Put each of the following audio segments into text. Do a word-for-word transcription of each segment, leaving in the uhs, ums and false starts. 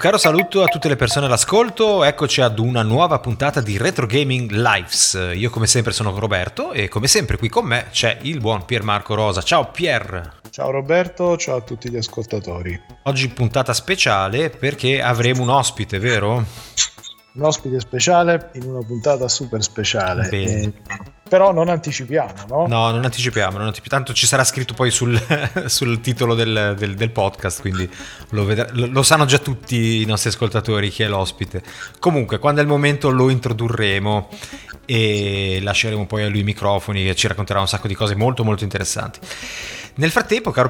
caro saluto a tutte le persone all'ascolto, eccoci ad una nuova puntata di Retro Gaming Lives. Io come sempre sono Roberto e come sempre qui con me c'è il buon Piermarco Rosa. Ciao Pier! Ciao Roberto, ciao a tutti gli ascoltatori. Oggi puntata speciale perché avremo un ospite, vero? Un ospite speciale in una puntata super speciale. Bene. Però non anticipiamo, no? No, non anticipiamo, non anticipiamo. Tanto ci sarà scritto poi sul, sul titolo del, del, del podcast, quindi lo, vedrà, lo, lo sanno già tutti i nostri ascoltatori chi è l'ospite. Comunque, quando è il momento lo introdurremo e lasceremo poi a lui i microfoni e ci racconterà un sacco di cose molto molto interessanti. Nel frattempo, caro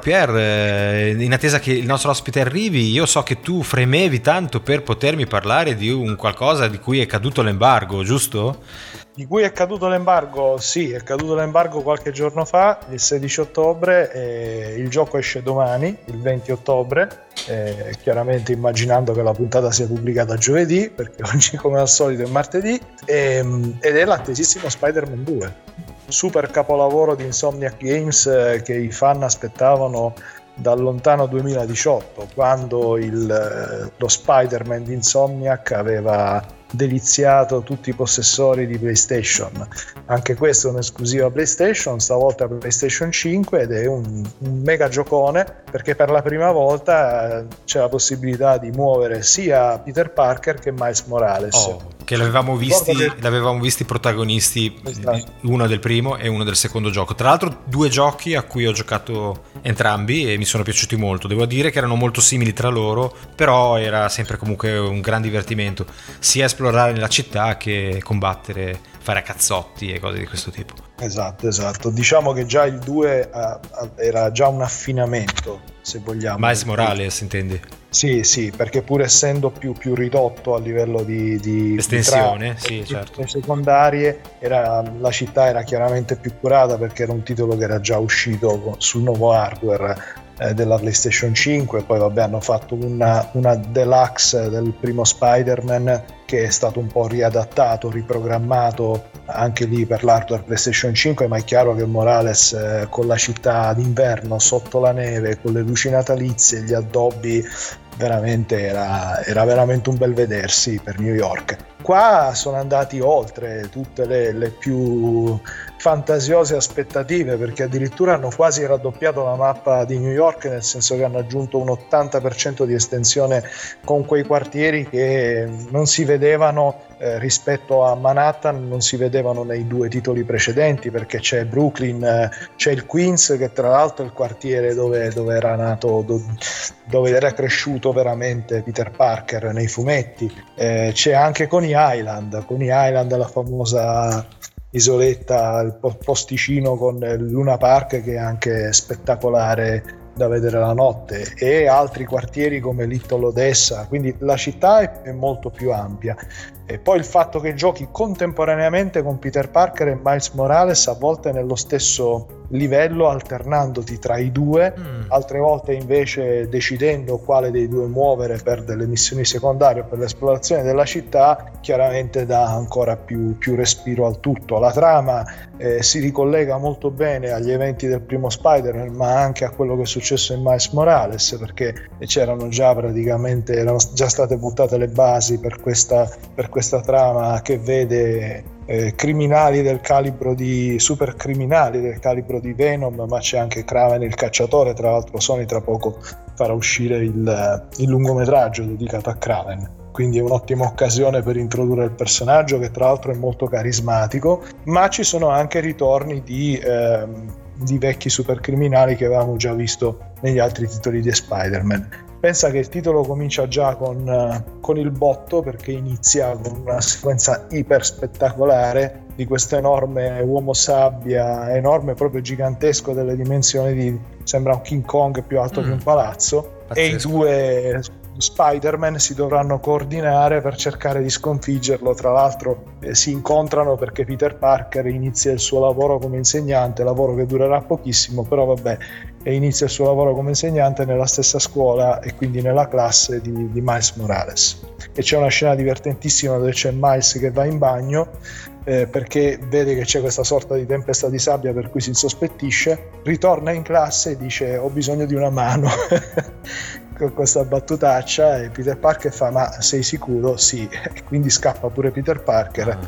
Pier, in attesa che il nostro ospite arrivi, io so che tu fremevi tanto per potermi parlare di un qualcosa di cui è caduto l'embargo, giusto? Di cui è caduto l'embargo? Sì, è caduto l'embargo qualche giorno fa, il sedici ottobre, e il gioco esce domani, il venti ottobre, eh, chiaramente immaginando che la puntata sia pubblicata giovedì, perché oggi come al solito è martedì, e, ed è l'attesissimo Spider-Man due. Super capolavoro di Insomniac Games eh, che i fan aspettavano dal lontano duemiladiciotto, quando il, lo Spider-Man di Insomniac aveva deliziato tutti i possessori di PlayStation. Anche questo è un'esclusiva PlayStation, stavolta PlayStation cinque, ed è un, un mega giocone perché per la prima volta eh, c'è la possibilità di muovere sia Peter Parker che Miles Morales. Oh, che l'avevamo visti, che... l'avevamo visti protagonisti, esatto. Uno del primo e uno del secondo gioco. Tra l'altro due giochi a cui ho giocato entrambi e mi sono piaciuti molto. Devo dire che erano molto simili tra loro, però era sempre comunque un gran divertimento sia esplorare nella città che combattere, fare a cazzotti e cose di questo tipo. Esatto, esatto. Diciamo che già il due uh, uh, era già un affinamento, se vogliamo. Miles Morales, intendi? Sì, sì, perché pur essendo più, più ridotto a livello di, di estensione, di tra, sì, certo. secondarie, era, la città era chiaramente più curata perché era un titolo che era già uscito sul nuovo hardware eh, della PlayStation cinque. Poi vabbè, hanno fatto una, una deluxe del primo Spider-Man che è stato un po' riadattato, riprogrammato anche lì per l'hardware PlayStation cinque, ma è chiaro che Morales eh, con la città d'inverno sotto la neve, con le luci natalizie, gli addobbi, veramente era, era veramente un bel vedersi per New York. Qua sono andati oltre tutte le, le più fantasiose aspettative, perché addirittura hanno quasi raddoppiato la mappa di New York, nel senso che hanno aggiunto un ottanta per cento di estensione con quei quartieri che non si vedevano eh, rispetto a Manhattan, non si vedevano nei due titoli precedenti, perché c'è Brooklyn, eh, c'è il Queens, che tra l'altro è il quartiere dove, dove era nato, do, dove era cresciuto veramente Peter Parker nei fumetti, eh, c'è anche Coney Island, Coney Island, la famosa isoletta, il posticino con Luna Park, che è anche spettacolare da vedere la notte, e altri quartieri come Little Odessa, quindi la città è, è molto più ampia. E poi il fatto che giochi contemporaneamente con Peter Parker e Miles Morales, a volte nello stesso livello, alternandoti tra i due, mm. altre volte invece decidendo quale dei due muovere per delle missioni secondarie o per l'esplorazione della città, chiaramente dà ancora più, più respiro al tutto. La trama eh, si ricollega molto bene agli eventi del primo Spider-Man, ma anche a quello che è successo in Miles Morales, perché c'erano già praticamente, erano già state buttate le basi per questa, per questa trama che vede Eh, criminali del calibro di super criminali del calibro di Venom, ma c'è anche Kraven il cacciatore. Tra l'altro Sony tra poco farà uscire il, il lungometraggio dedicato a Kraven, quindi è un'ottima occasione per introdurre il personaggio, che tra l'altro è molto carismatico. Ma ci sono anche ritorni di, ehm, di vecchi supercriminali che avevamo già visto negli altri titoli di Spider-Man. Pensa che il titolo comincia già con, uh, con il botto, perché inizia con una sequenza iper spettacolare di questo enorme uomo sabbia, enorme, proprio gigantesco, delle dimensioni di, sembra un King Kong più alto mm. di un palazzo. Pazzesco. E i due Spider-Man si dovranno coordinare per cercare di sconfiggerlo. Tra l'altro eh, si incontrano perché Peter Parker inizia il suo lavoro come insegnante, lavoro che durerà pochissimo, però vabbè, e inizia il suo lavoro come insegnante nella stessa scuola e quindi nella classe di, di Miles Morales. E c'è una scena divertentissima dove c'è Miles che va in bagno eh, perché vede che c'è questa sorta di tempesta di sabbia, per cui si insospettisce, ritorna in classe e dice: ho bisogno di una mano. con questa battutaccia e Peter Parker fa: ma sei sicuro? Sì. E quindi scappa pure Peter Parker ah.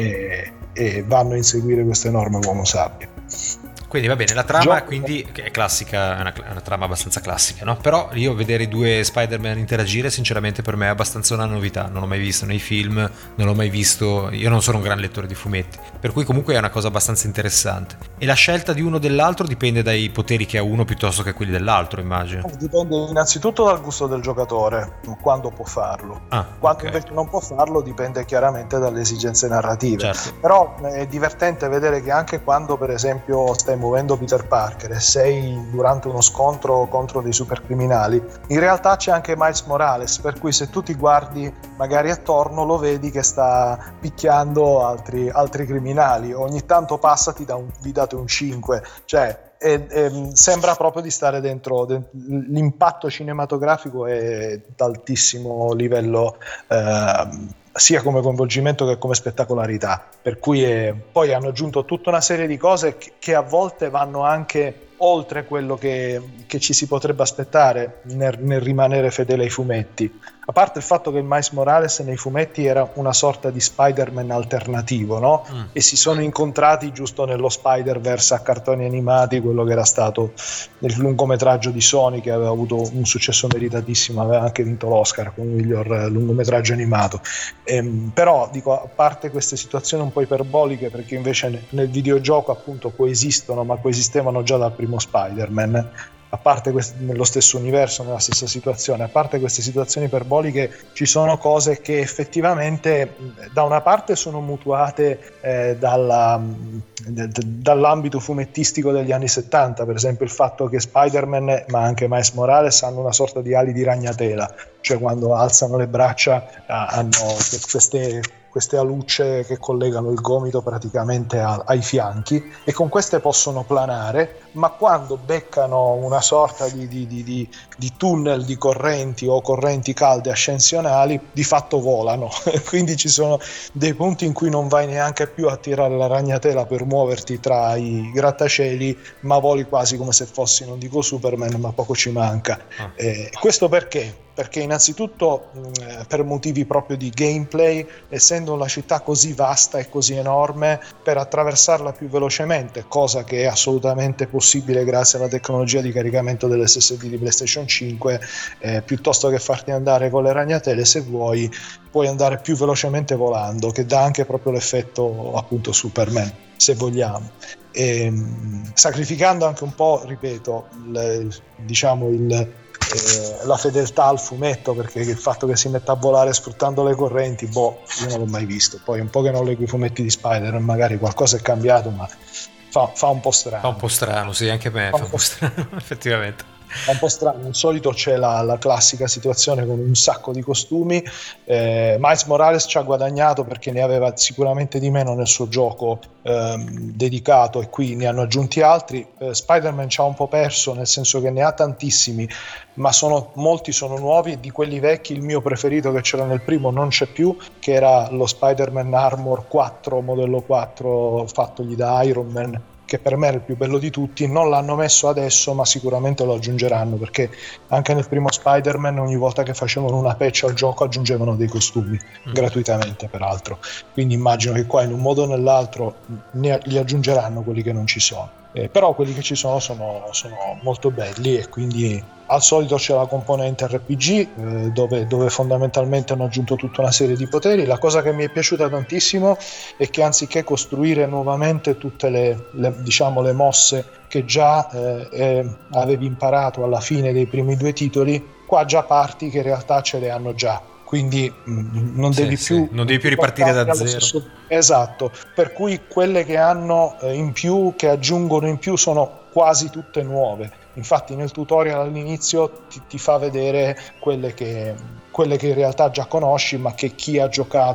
e, e vanno a inseguire questo enorme uomo sabbia. Quindi va bene, la trama Gio- quindi è classica, è una, è una trama abbastanza classica, no? Però io vedere i due Spider-Man interagire sinceramente per me è abbastanza una novità, non l'ho mai visto nei film, non l'ho mai visto, io non sono un gran lettore di fumetti, per cui comunque è una cosa abbastanza interessante. E la scelta di uno o dell'altro dipende dai poteri che ha uno piuttosto che quelli dell'altro, immagino. Dipende innanzitutto dal gusto del giocatore, quando può farlo. Ah, quando okay. invece non può farlo dipende chiaramente dalle esigenze narrative. Certo. Però è divertente vedere che anche quando per esempio stai muovendo Peter Parker e sei durante uno scontro contro dei supercriminali, in realtà c'è anche Miles Morales, per cui se tu ti guardi magari attorno lo vedi che sta picchiando altri, altri criminali, ogni tanto passa, ti dà un, vi date un cinque, cioè E, e, sembra proprio di stare dentro, dentro l'impatto cinematografico è d'altissimo livello, eh, sia come coinvolgimento che come spettacolarità, per cui è, poi hanno aggiunto tutta una serie di cose che, che a volte vanno anche oltre quello che, che ci si potrebbe aspettare nel, nel rimanere fedele ai fumetti. A parte il fatto che Miles Morales nei fumetti era una sorta di Spider-Man alternativo, no? Mm. E si sono incontrati giusto nello Spider-Verse a cartoni animati, quello che era stato nel lungometraggio di Sony, che aveva avuto un successo meritatissimo, aveva anche vinto l'Oscar come miglior lungometraggio animato. Ehm, però dico, a parte queste situazioni un po' iperboliche, perché invece nel videogioco appunto coesistono, ma coesistevano già dal primo Spider-Man, a parte quest- nello stesso universo, nella stessa situazione, a parte queste situazioni iperboliche, ci sono cose che effettivamente da una parte sono mutuate eh, dalla, d- d- dall'ambito fumettistico degli anni settanta, per esempio il fatto che Spider-Man, ma anche Miles Morales, hanno una sorta di ali di ragnatela, cioè quando alzano le braccia hanno queste queste alucce che collegano il gomito praticamente a, ai fianchi, e con queste possono planare, ma quando beccano una sorta di, di, di, di, di tunnel di correnti o correnti calde ascensionali, di fatto volano. Quindi ci sono dei punti in cui non vai neanche più a tirare la ragnatela per muoverti tra i grattacieli, ma voli quasi come se fossi, non dico Superman, ma poco ci manca. Ah. Eh, questo perché? Perché innanzitutto mh, per motivi proprio di gameplay, essendo una città così vasta e così enorme, per attraversarla più velocemente, cosa che è assolutamente possibile grazie alla tecnologia di caricamento dell'esse esse di di PlayStation cinque, eh, piuttosto che farti andare con le ragnatele, se vuoi puoi andare più velocemente volando, che dà anche proprio l'effetto appunto Superman, se vogliamo. E, sacrificando anche un po', ripeto, il, diciamo il Eh, la fedeltà al fumetto, perché il fatto che si metta a volare sfruttando le correnti, boh, io non l'ho mai visto. Poi un po' che non leggo i fumetti di Spider-Man, magari qualcosa è cambiato, ma fa, fa un po' strano. Fa un po' strano, sì, anche a me fa, fa un po' strano, effettivamente. È un po' strano. Di solito c'è la, la classica situazione con un sacco di costumi. eh, Miles Morales ci ha guadagnato perché ne aveva sicuramente di meno nel suo gioco ehm, dedicato, e qui ne hanno aggiunti altri. eh, Spider-Man ci ha un po' perso, nel senso che ne ha tantissimi, ma sono, molti sono nuovi. Di quelli vecchi il mio preferito, che c'era nel primo, non c'è più, che era lo Spider-Man Armor quattro, modello quattro, fattogli da Iron Man, che per me è il più bello di tutti. Non l'hanno messo adesso, ma sicuramente lo aggiungeranno, perché anche nel primo Spider-Man ogni volta che facevano una patch al gioco aggiungevano dei costumi, mm. gratuitamente peraltro, quindi immagino che qua in un modo o nell'altro ne, li aggiungeranno quelli che non ci sono. Eh, però quelli che ci sono, sono sono molto belli, e quindi al solito c'è la componente erre pi gi, eh, dove, dove fondamentalmente hanno aggiunto tutta una serie di poteri. La cosa che mi è piaciuta tantissimo è che anziché costruire nuovamente tutte le, le diciamo le mosse che già eh, eh, avevi imparato alla fine dei primi due titoli, qua già parti che in realtà ce le hanno già, quindi mh, non devi sì, più sì. non devi più ripartire da zero. Stesso... esatto, per cui quelle che hanno eh, in più, che aggiungono in più, sono quasi tutte nuove. Infatti nel tutorial all'inizio ti, ti fa vedere quelle che, quelle che in realtà già conosci, ma che chi ha giocato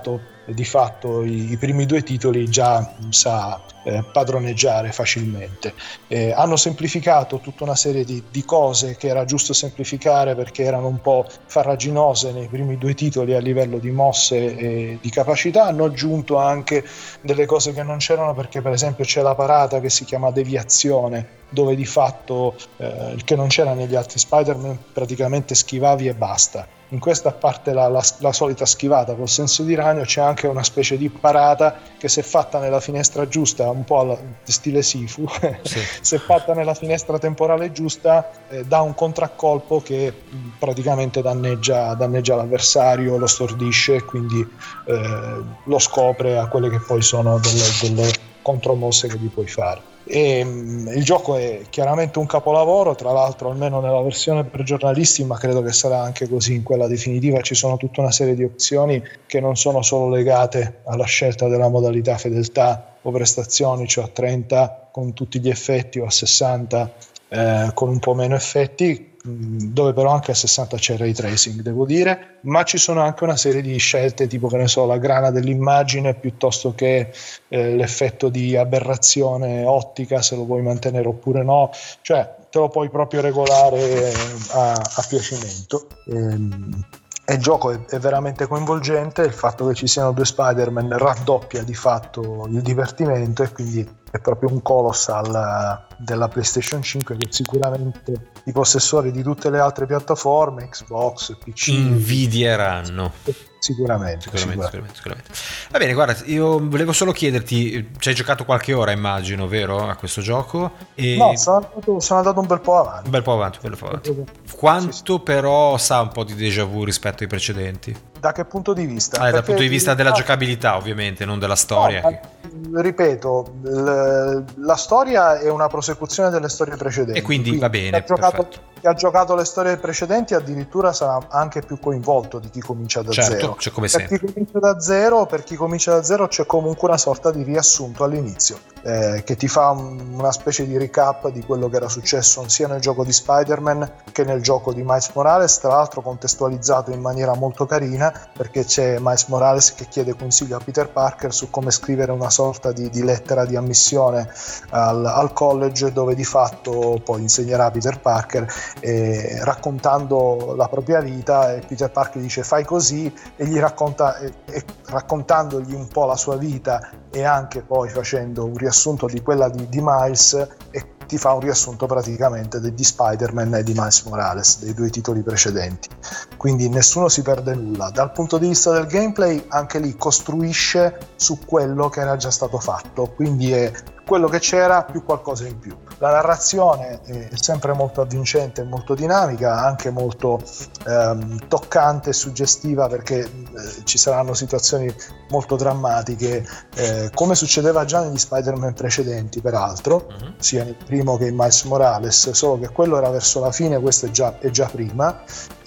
di fatto i, i primi due titoli già sa eh, padroneggiare facilmente. Eh, hanno semplificato tutta una serie di, di cose che era giusto semplificare perché erano un po' farraginose nei primi due titoli a livello di mosse e di capacità. Hanno aggiunto anche delle cose che non c'erano, perché per esempio c'è la parata che si chiama deviazione, dove di fatto eh, il che non c'era negli altri Spider-Man, praticamente schivavi e basta. In questa, a parte la, la, la solita schivata col senso di ragno, c'è anche una specie di parata che, se fatta nella finestra giusta, un po' alla stile Sifu, sì. se fatta nella finestra temporale giusta, eh, dà un contraccolpo che praticamente danneggia, danneggia l'avversario, lo stordisce e quindi eh, lo scopre a quelle che poi sono delle, delle contromosse che gli puoi fare. E, um, il gioco è chiaramente un capolavoro, tra l'altro almeno nella versione per giornalisti, ma credo che sarà anche così in quella definitiva. Ci sono tutta una serie di opzioni che non sono solo legate alla scelta della modalità fedeltà o prestazioni, cioè a trenta con tutti gli effetti o a sessanta eh, con un po' meno effetti, dove però anche a sessanta c'è ray tracing, devo dire, ma ci sono anche una serie di scelte, tipo, che ne so, la grana dell'immagine piuttosto che eh, l'effetto di aberrazione ottica, se lo vuoi mantenere oppure no, cioè te lo puoi proprio regolare a, a piacimento. Ehm, E il gioco è, è veramente coinvolgente. Il fatto che ci siano due Spider-Man raddoppia di fatto il divertimento, e quindi è proprio un colossal della PlayStation cinque, che sicuramente i possessori di tutte le altre piattaforme, Xbox, P C, invidieranno. Sicuramente, sicuramente, sicuramente, sicuramente. Va bene, guarda, io volevo solo chiederti, ci hai giocato qualche ora, immagino, vero, a questo gioco? E... No, sono andato, sono andato un bel po' avanti. Un bel po' avanti, un bel po' avanti. Quanto sì, sì. però sa un po' di déjà vu rispetto ai precedenti? Da che punto di vista? Ah, dal punto di vista della giocabilità, ovviamente, non della storia. No, ma, ripeto, l- la storia è una prosecuzione delle storie precedenti. E quindi, quindi va bene, chi ha, giocato, chi ha giocato le storie precedenti addirittura sarà anche più coinvolto di chi comincia da certo, zero. C'è come per sempre. chi comincia da zero, per chi comincia da zero c'è comunque una sorta di riassunto all'inizio, eh, che ti fa un, una specie di recap di quello che era successo sia nel gioco di Spider-Man che nel gioco di Miles Morales, tra l'altro contestualizzato in maniera molto carina, perché c'è Miles Morales che chiede consiglio a Peter Parker su come scrivere una sorta di, di lettera di ammissione al, al college, dove di fatto poi insegnerà Peter Parker, eh, raccontando la propria vita, e Peter Parker dice fai così, e gli racconta, e, e raccontandogli un po' la sua vita e anche poi facendo un riassunto di quella di, di Miles, e ti fa un riassunto praticamente degli Spider-Man e di Miles Morales, dei due titoli precedenti. Quindi nessuno si perde nulla. Dal punto di vista del gameplay, anche lì costruisce su quello che era già stato fatto, quindi è quello che c'era più qualcosa in più. La narrazione è sempre molto avvincente, molto dinamica, anche molto ehm, toccante e suggestiva, perché eh, ci saranno situazioni molto drammatiche, eh, come succedeva già negli Spider-Man precedenti, peraltro, uh-huh. sia nel primo che in Miles Morales, solo che quello era verso la fine, questo è già, è già prima.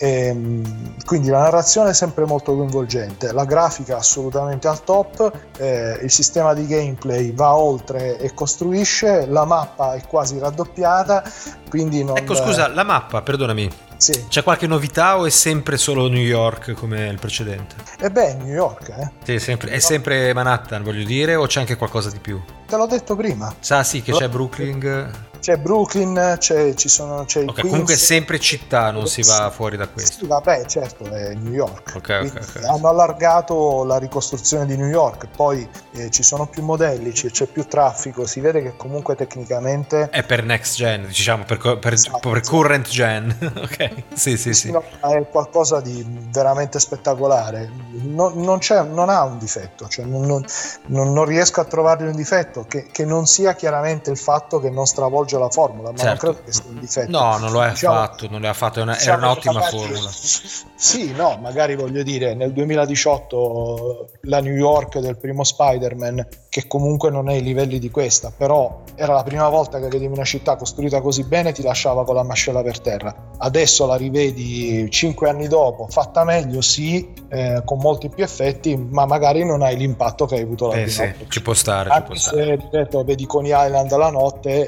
E, quindi la narrazione è sempre molto coinvolgente, la grafica assolutamente al top, eh, il sistema di gameplay va oltre e costruisce, la mappa è quasi raddoppiata, quindi non... Ecco, scusa, la mappa, perdonami, sì. C'è qualche novità o è sempre solo New York come il precedente? E beh, New York, eh? Sì, è sempre, è sempre Manhattan, voglio dire, o c'è anche qualcosa di più? Te l'ho detto prima. Sa, sì, che c'è Brooklyn... C'è Brooklyn, c'è, ci sono, c'è okay, il comunque è sempre città, non si va fuori da questo. Sì, vabbè, certo, è New York. Okay, okay, okay. Hanno allargato la ricostruzione di New York, poi eh, ci sono più modelli, c'è, c'è più traffico, si vede che comunque tecnicamente... È per next gen, diciamo, per, per, esatto, per current gen, ok? Sì, sì, sì. No, è qualcosa di veramente spettacolare, non, non, c'è, non ha un difetto, cioè non, non, non riesco a trovargli un difetto, che, che non sia chiaramente il fatto che non stravolge la formula, ma certo. non credo che sia un difetto. No, non lo è diciamo, affatto, non lo è affatto, è una, diciamo era un'ottima magari, formula. Sì, no, magari voglio dire, nel duemiladiciotto la New York del primo Spider-Man, che comunque non è ai livelli di questa, però era la prima volta che vedevi una città costruita così bene, ti lasciava con la mascella per terra. Adesso la rivedi cinque anni dopo, fatta meglio, sì, eh, con molti più effetti, ma magari non hai l'impatto che hai avuto la eh, prima sì, volta. ci può stare, Anche ci può se, stare. ripeto, vedi Coney Island la notte e quella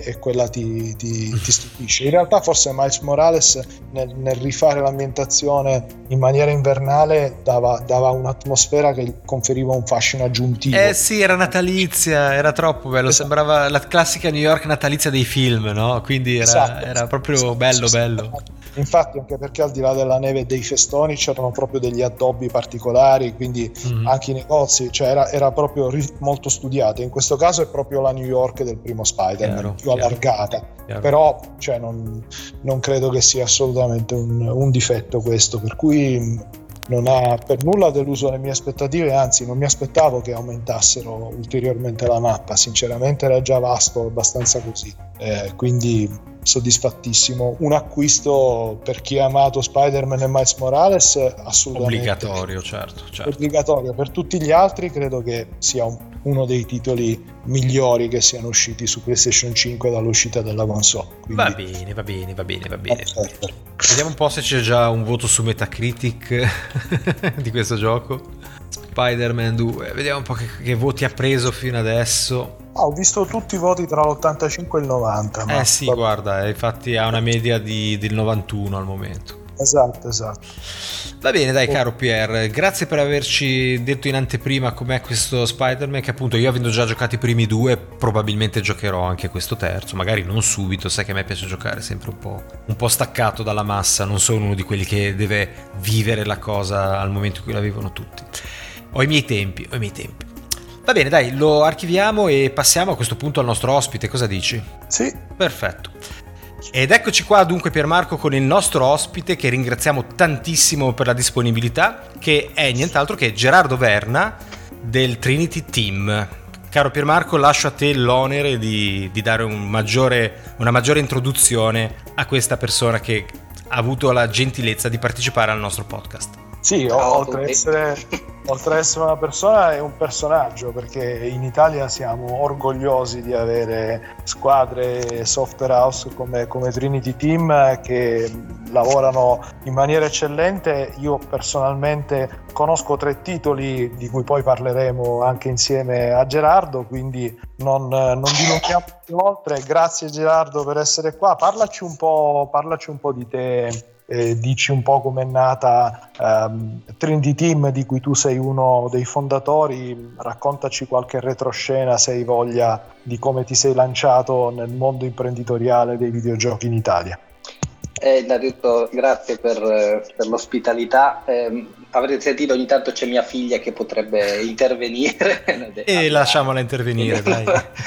ti, ti, ti stupisce. In realtà forse Miles Morales nel, nel rifare l'ambientazione in maniera invernale dava, dava un'atmosfera che conferiva un fascino aggiuntivo. Eh sì, era natalizia, era troppo bello, esatto. Sembrava la classica New York natalizia dei film, no? Quindi era, esatto. era proprio esatto. bello esatto. bello. Infatti, anche perché al di là della neve e dei festoni c'erano proprio degli addobbi particolari, quindi mm. anche i negozi, cioè era, era proprio ri- molto studiato. In questo caso è proprio la New York del primo Spider-Man, chiaro, più chiaro, allargata, chiaro. Però cioè, non, non credo che sia assolutamente un, un difetto questo, per cui non ha per nulla deluso le mie aspettative, anzi non mi aspettavo che aumentassero ulteriormente la mappa, sinceramente era già vasto, abbastanza così, eh, quindi soddisfattissimo. Un acquisto per chi ha amato Spider-Man e Miles Morales assolutamente obbligatorio, certo, certo. obbligatorio. Per tutti gli altri credo che sia un, uno dei titoli migliori che siano usciti su PlayStation cinque dall'uscita della console. Quindi... va bene, va bene, va bene, va bene. Vediamo un po' se c'è già un voto su Metacritic di questo gioco. Spider-Man due, vediamo un po' che, che voti ha preso fino adesso. Ah, ho visto tutti i voti tra l'ottantacinque e il novanta. Eh sì, va... guarda, infatti ha una media di, del novantuno al momento. Esatto, esatto. Va bene, dai, caro Pier, grazie per averci detto in anteprima com'è questo Spider-Man, che appunto io, avendo già giocato i primi due, probabilmente giocherò anche questo terzo, magari non subito, sai che a me piace giocare sempre un po', un po' staccato dalla massa, non sono uno di quelli che deve vivere la cosa al momento in cui la vivono tutti. Ho i miei tempi, ho i miei tempi. Va bene, dai, lo archiviamo e passiamo a questo punto al nostro ospite, cosa dici? Sì. Perfetto. Ed eccoci qua dunque, Piermarco, con il nostro ospite, che ringraziamo tantissimo per la disponibilità, che è nient'altro che Gerardo Verna del Trinity Team. Caro Piermarco, lascio a te l'onere di, di dare un maggiore, una maggiore introduzione a questa persona che ha avuto la gentilezza di partecipare al nostro podcast. Sì, oltre ad essere, oltre ad essere una persona, è un personaggio, perché in Italia siamo orgogliosi di avere squadre software house come, come Trinity Team che lavorano in maniera eccellente. Io personalmente conosco tre titoli di cui poi parleremo anche insieme a Gerardo, quindi non, non dilunghiamo oltre. Grazie Gerardo per essere qua, parlaci un po', parlaci un po' di te. Eh, dici un po' com'è nata um, Trinity Team, di cui tu sei uno dei fondatori, raccontaci qualche retroscena se hai voglia di come ti sei lanciato nel mondo imprenditoriale dei videogiochi in Italia. Eh, innanzitutto grazie per, per l'ospitalità. Eh, avrete sentito ogni tanto c'è mia figlia che potrebbe intervenire e allora, lasciamola intervenire dai.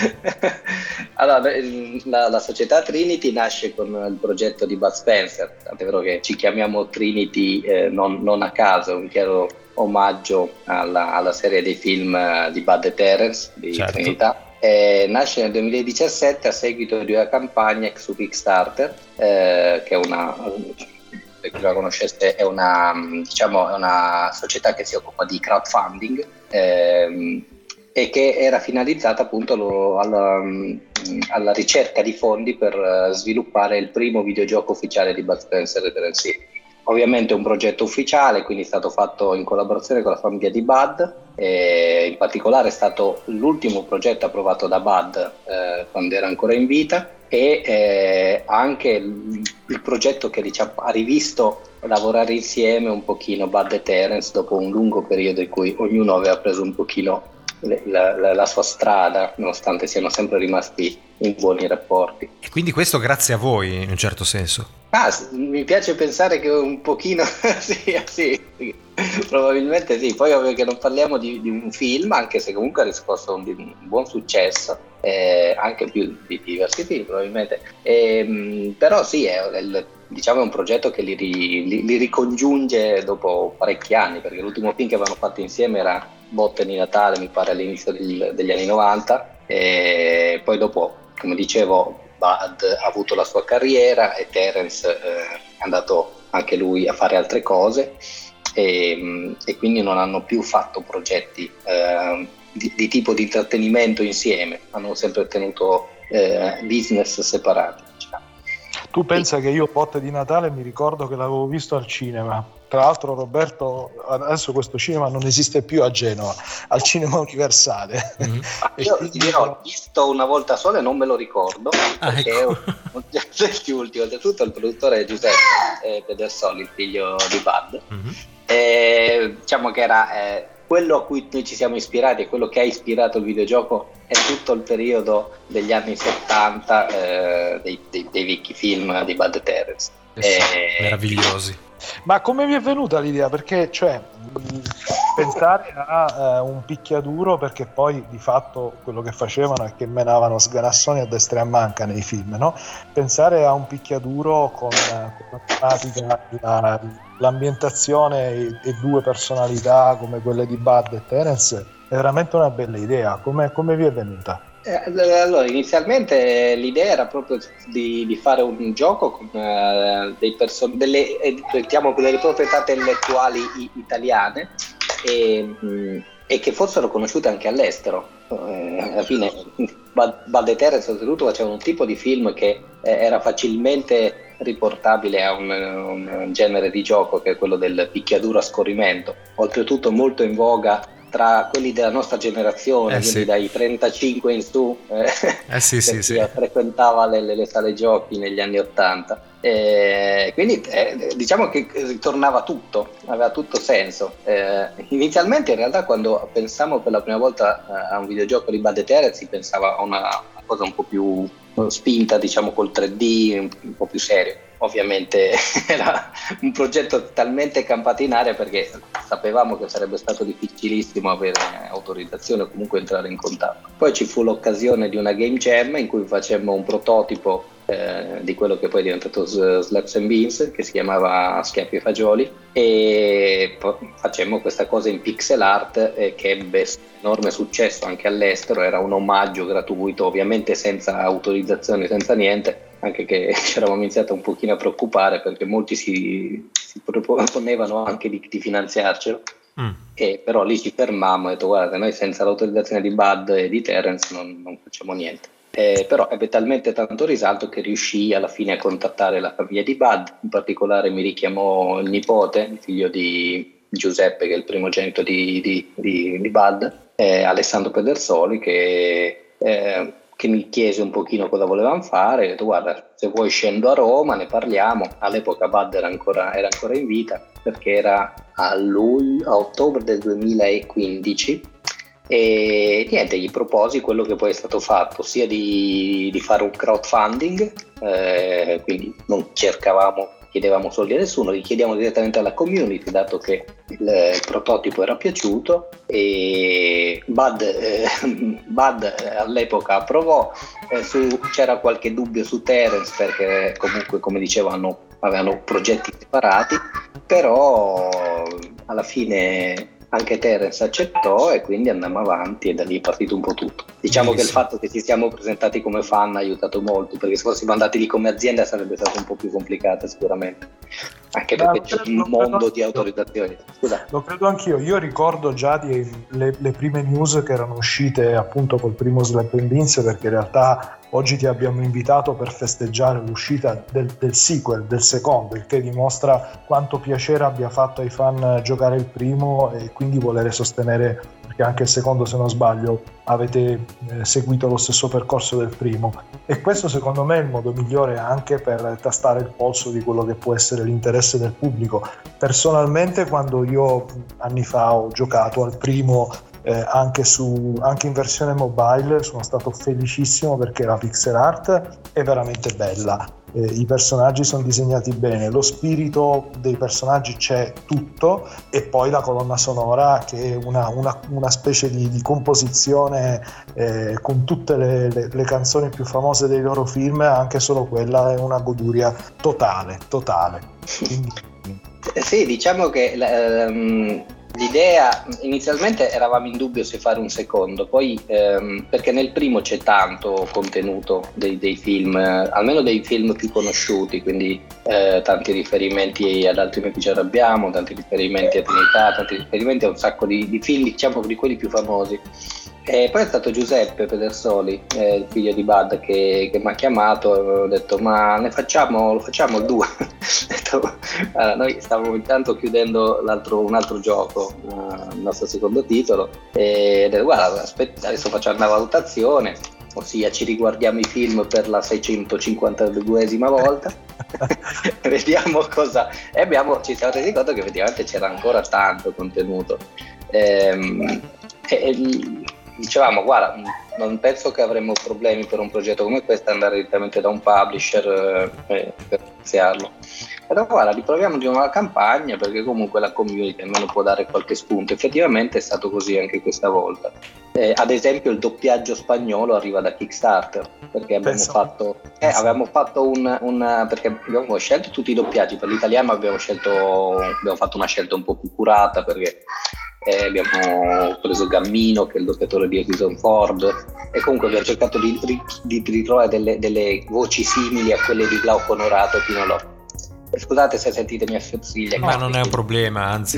Allora, la, la società Trinity nasce con il progetto di Bud Spencer, tant'è vero che ci chiamiamo Trinity eh, non, non a caso, è un chiaro omaggio alla, alla serie dei film di Bud e Terence di certo. Trinità. Eh, nasce nel duemiladiciassette a seguito di una campagna su Kickstarter, eh, che è una, per chi la conoscesse, è una, diciamo, è una società che si occupa di crowdfunding, eh, e che era finalizzata appunto lo, alla, alla ricerca di fondi per sviluppare il primo videogioco ufficiale di Bud Spencer e Terence Hill. Ovviamente è un progetto ufficiale, quindi è stato fatto in collaborazione con la famiglia di Bud, e in particolare è stato l'ultimo progetto approvato da Bud eh, quando era ancora in vita, e eh, anche il, il progetto che diciamo, ha rivisto lavorare insieme un pochino Bud e Terence dopo un lungo periodo in cui ognuno aveva preso un pochino La, la, la sua strada, nonostante siano sempre rimasti in buoni rapporti. E quindi questo grazie a voi, in un certo senso? Ah, mi piace pensare che un pochino sì, sì, sì, probabilmente sì. Poi ovvio che non parliamo di, di un film, anche se comunque ha riscosso un, un buon successo, eh, anche più di diversi film probabilmente, eh, però sì, è, è, diciamo, è un progetto che li, li, li ricongiunge dopo parecchi anni, perché l'ultimo film che avevano fatto insieme era Botte di Natale, mi pare all'inizio del, degli anni novanta, e poi dopo, come dicevo, Bud ha avuto la sua carriera e Terence eh, è andato anche lui a fare altre cose, e, e quindi non hanno più fatto progetti eh, di, di tipo di intrattenimento insieme, hanno sempre tenuto eh, business separati, diciamo. Tu pensa che io Botte di Natale mi ricordo che l'avevo visto al cinema, Tra l'altro, Roberto, adesso questo cinema non esiste più a Genova, al Cinema Universale. Mm-hmm. Io ti dirò, ho visto una volta sola e non me lo ricordo, ah, perché ecco. è un degli ultimi, oltretutto il produttore è Giuseppe eh, Pedersoli, il figlio di Bud. Mm-hmm. E, diciamo che era eh, quello a cui noi ci siamo ispirati e quello che ha ispirato il videogioco è tutto il periodo degli anni settanta eh, dei, dei, dei vecchi film di Bud Terence. Eh, e... meravigliosi. Ma come vi è venuta l'idea? Perché, cioè, pensare a uh, un picchiaduro, perché poi di fatto quello che facevano è che menavano sganassoni a destra e a manca nei film, no? Pensare a un picchiaduro con uh, la tematica, la, l'ambientazione e, e due personalità come quelle di Bud e Terence è veramente una bella idea. Come, come vi è venuta? Allora, inizialmente l'idea era proprio di, di fare un gioco con uh, dei person- delle, eh, diciamo, delle proprietà intellettuali i- italiane e, mh, e che fossero conosciute anche all'estero. Eh, alla fine Bud e Terence oltretutto facevano un tipo di film che eh, era facilmente riportabile a un, un genere di gioco che è quello del picchiaduro a scorrimento, oltretutto molto in voga tra quelli della nostra generazione, eh, quindi sì. dai trentacinque in su, eh, eh, sì, sì, sì. frequentava le, le sale giochi negli anni ottanta. Eh, quindi eh, diciamo che ritornava tutto, aveva tutto senso. Eh, inizialmente in realtà quando pensammo per la prima volta a un videogioco di Bud e Terence si pensava a una cosa un po' più spinta, diciamo col tre D, un, un po' più serio. Ovviamente era un progetto talmente campato in aria perché sapevamo che sarebbe stato difficilissimo avere autorizzazione o comunque entrare in contatto. Poi ci fu l'occasione di una game jam in cui facemmo un prototipo eh, di quello che poi è diventato Slaps and Beans, che si chiamava Schiaffi e Fagioli, e facemmo questa cosa in pixel art eh, che ebbe enorme successo anche all'estero. Era un omaggio gratuito, ovviamente senza autorizzazione, senza niente, anche che ci eravamo iniziati un pochino a preoccupare perché molti si, si proponevano anche di, di finanziarcelo. Mm. E però lì ci fermammo e ho detto guarda, noi senza l'autorizzazione di Bud e di Terence non, non facciamo niente. Eh, però ebbe talmente tanto risalto che riuscì alla fine a contattare la famiglia di Bud, in particolare mi richiamò il nipote, il figlio di Giuseppe, che è il primogenito di, di, di, di Bud, eh, Alessandro Pedersoli, che, eh, che mi chiese un pochino cosa volevamo fare. Ho detto guarda, se vuoi scendo a Roma, ne parliamo. All'epoca Bud era ancora, era ancora in vita perché era a, luglio, a ottobre del duemilaquindici. E niente, gli proposi quello che poi è stato fatto, sia di, di fare un crowdfunding, eh, quindi non cercavamo, chiedevamo soldi a nessuno, li chiediamo direttamente alla community, dato che il, il prototipo era piaciuto. E Bud, eh, Bud all'epoca approvò, eh, su, c'era qualche dubbio su Terence perché comunque, come dicevo, hanno, avevano progetti separati, però alla fine anche Terence accettò e quindi andammo avanti e da lì è partito un po' tutto. Diciamo Bellissimo. Che il fatto che ci siamo presentati come fan ha aiutato molto, perché se fossimo andati lì come azienda sarebbe stato un po' più complicata sicuramente, anche perché c'è un mondo di autorizzazioni. Scusa. Lo credo anch'io, io ricordo già di, le, le prime news che erano uscite appunto col primo Slap and Beans, perché in realtà oggi ti abbiamo invitato per festeggiare l'uscita del, del sequel, del secondo, il che dimostra quanto piacere abbia fatto ai fan giocare il primo e quindi volere sostenere, perché anche il secondo, se non sbaglio, avete eh, seguito lo stesso percorso del primo. E questo secondo me è il modo migliore anche per tastare il polso di quello che può essere l'interesse del pubblico. Personalmente, quando io anni fa ho giocato al primo Eh, anche, su, anche in versione mobile, sono stato felicissimo perché la pixel art è veramente bella, eh, i personaggi sono disegnati bene, lo spirito dei personaggi c'è tutto, e poi la colonna sonora che è una, una, una specie di, di composizione eh, con tutte le, le, le canzoni più famose dei loro film. Anche solo quella è una goduria totale, totale. Quindi... Sì, diciamo che um... l'idea, inizialmente eravamo in dubbio se fare un secondo, poi ehm, perché nel primo c'è tanto contenuto dei, dei film, eh, almeno dei film più conosciuti, quindi eh, tanti riferimenti ad Altrimenti ci arrabbiamo, tanti riferimenti a Trinità, tanti riferimenti a un sacco di, di film, diciamo di quelli più famosi. E poi è stato Giuseppe Pedersoli, eh, il figlio di Bud, che, che mi ha chiamato e ho detto ma ne facciamo, lo facciamo il due? Ho detto, allora, noi stavamo intanto chiudendo l'altro, un altro gioco, uh, il nostro secondo titolo, e ho detto guarda aspetta, adesso facciamo una valutazione, ossia ci riguardiamo i film per la seicentocinquantaduesima volta vediamo cosa, e abbiamo, ci siamo resi conto che effettivamente c'era ancora tanto contenuto. Ehm, e, e, dicevamo guarda, non penso che avremmo problemi per un progetto come questo andare direttamente da un publisher eh, per iniziarlo. Però guarda, riproviamo di nuovo la campagna perché comunque la community almeno può dare qualche spunto. Effettivamente è stato così anche questa volta. Eh, ad esempio il doppiaggio spagnolo arriva da Kickstarter perché abbiamo Penso. fatto eh, avevamo fatto un, un perché abbiamo scelto tutti i doppiaggi. Per l'italiano abbiamo scelto abbiamo fatto una scelta un po' più curata perché Eh, abbiamo preso Gammino che è il doppiatore di Harrison Ford e comunque abbiamo cercato di, di, di ritrovare delle, delle voci simili a quelle di Glauco Onorato e Pino Lò. Scusate se sentite mia figlia, ma non è un problema, anzi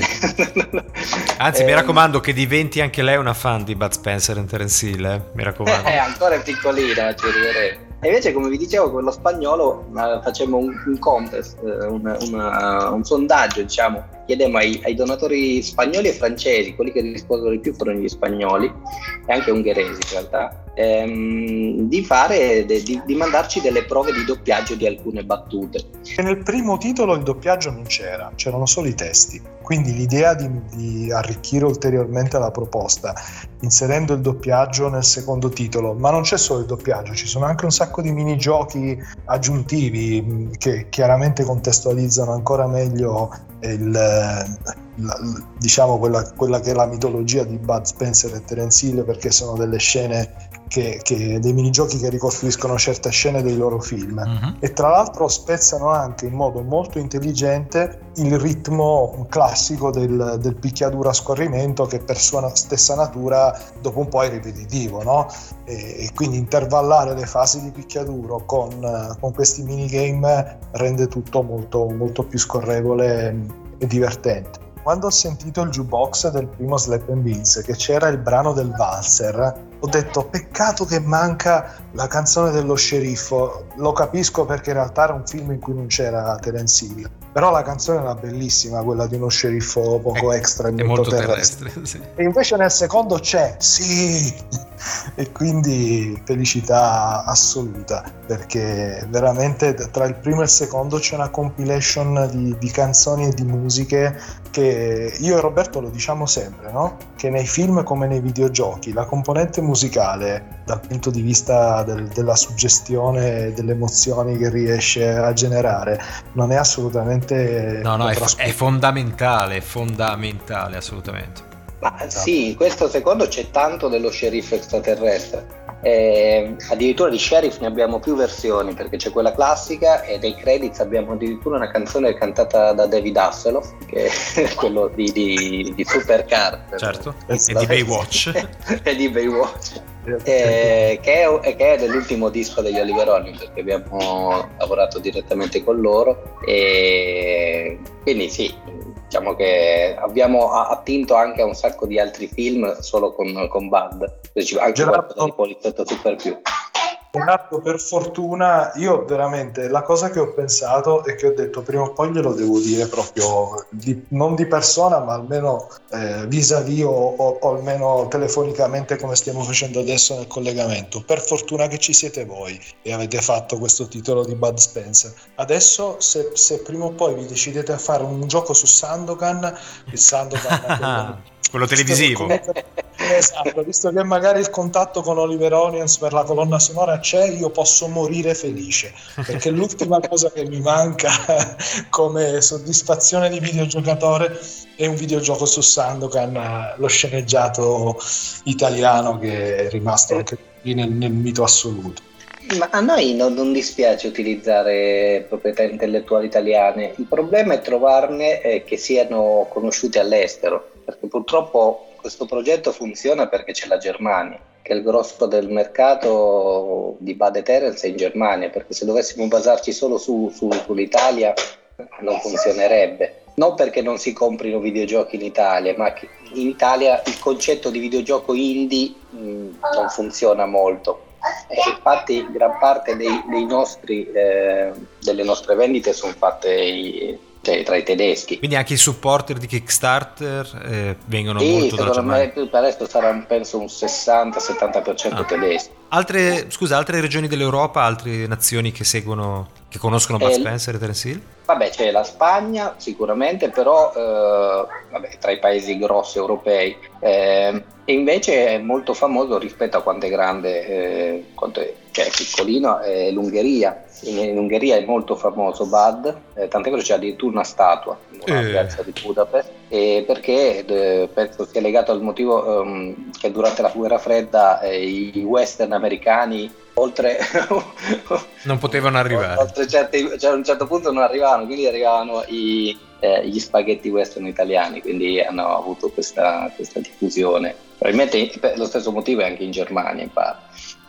anzi mi raccomando che diventi anche lei una fan di Bud Spencer e Terence Hill, eh? mi raccomando. È ancora piccolina, ci arriveremo. E invece, come vi dicevo, con lo spagnolo uh, facemmo un, un contest, uh, un, un, uh, un sondaggio, diciamo, chiedemmo ai, ai donatori spagnoli e francesi, quelli che risposero di più furono gli spagnoli e anche ungheresi in realtà, ehm, di fare, de, di, di mandarci delle prove di doppiaggio di alcune battute. E nel primo titolo il doppiaggio non c'era, c'erano solo i testi, quindi l'idea di, di arricchire ulteriormente la proposta inserendo il doppiaggio nel secondo titolo, ma non c'è solo il doppiaggio, ci sono anche un sacco di minigiochi aggiuntivi che chiaramente contestualizzano ancora meglio il, la, diciamo quella, quella che è la mitologia di Bud Spencer e Terence Hill, perché sono delle scene che, che dei minigiochi che ricostruiscono certe scene dei loro film, uh-huh. e tra l'altro spezzano anche in modo molto intelligente il ritmo classico del, del picchiaduro a scorrimento che per sua stessa natura dopo un po' è ripetitivo, no? E, e quindi intervallare le fasi di picchiaduro con, con questi minigame rende tutto molto, molto più scorrevole e divertente. Quando ho sentito il jukebox del primo Slap and Beans, che c'era il brano del valzer, ho detto peccato che manca la canzone dello sceriffo. Lo capisco perché in realtà era un film in cui non c'era Terence Hill, però la canzone era bellissima, quella di uno sceriffo poco è, extra e molto, molto terrestre, terrestre sì. E invece nel secondo c'è, sì, e quindi felicità assoluta, perché veramente tra il primo e il secondo c'è una compilation di, di canzoni e di musiche che io e Roberto lo diciamo sempre, no? Che nei film come nei videogiochi la componente musicale dal punto di vista del, della suggestione, delle emozioni che riesce a generare non è assolutamente no no è, è fondamentale, è fondamentale assolutamente. Ma sì, in questo secondo c'è tanto dello sceriffo extraterrestre. Eh, addirittura di Sheriff ne abbiamo più versioni, perché c'è quella classica e nei credits abbiamo addirittura una canzone cantata da David Hasselhoff, che è quello di, di, di Supercar, certo, e di Baywatch e di Baywatch eh, che, è, che è dell'ultimo disco degli Oliver Onion, perché abbiamo lavorato direttamente con loro, e quindi sì, diciamo che abbiamo attinto anche a un sacco di altri film solo con, con Bud, anche qualcosa di Poliziotto Super più. Gerardo, per fortuna, io veramente la cosa che ho pensato e che ho detto prima o poi glielo devo dire proprio di, non di persona, ma almeno eh, vis-à-vis o, o, o almeno telefonicamente come stiamo facendo adesso nel collegamento. Per fortuna che ci siete voi e avete fatto questo titolo di Bud Spencer. Adesso se, se prima o poi vi decidete a fare un gioco su Sandokan, il Sandokan è quello, quello televisivo. Esatto, visto che magari il contatto con Oliver Onions per la colonna sonora c'è, io posso morire felice, perché l'ultima cosa che mi manca come soddisfazione di videogiocatore è un videogioco su Sandokan, lo sceneggiato italiano che è rimasto anche qui nel, nel mito assoluto. Ma a noi non, non dispiace utilizzare proprietà intellettuali italiane, il problema è trovarne eh, che siano conosciute all'estero, perché purtroppo questo progetto funziona perché c'è la Germania, che è il grosso del mercato di Bud e Terence è in Germania, perché se dovessimo basarci solo su, su, sull'Italia non funzionerebbe. non perché non si comprino videogiochi in Italia, ma che in Italia il concetto di videogioco indie mh, non funziona molto. E infatti gran parte dei, dei nostri, eh, delle nostre vendite sono fatte i, cioè, tra i tedeschi. Quindi anche i supporter di Kickstarter eh, vengono sì, molto dalla Germania. Secondo me per adesso sarà penso un sessanta settanta per cento ah. tedeschi. Altre, scusa, altre regioni dell'Europa, altre nazioni che seguono, che conoscono Bud Eh, Spencer e Terence Hill? Vabbè, c'è la Spagna sicuramente, però eh, vabbè, tra i paesi grossi europei. Eh, e invece è molto famoso rispetto a quanto è grande, eh, quanto è, cioè è piccolino, è l'Ungheria. In, in Ungheria è molto famoso Bud, eh, tant'è che c'è addirittura una statua in una Eh. piazza di Budapest, e perché eh, penso sia legato al motivo um, che durante la guerra fredda eh, i western americani oltre non potevano arrivare, oltre certi, cioè a un certo punto non arrivavano, quindi arrivavano i, eh, gli spaghetti western italiani, quindi hanno avuto questa, questa diffusione. Probabilmente per lo stesso motivo è anche in Germania in parte.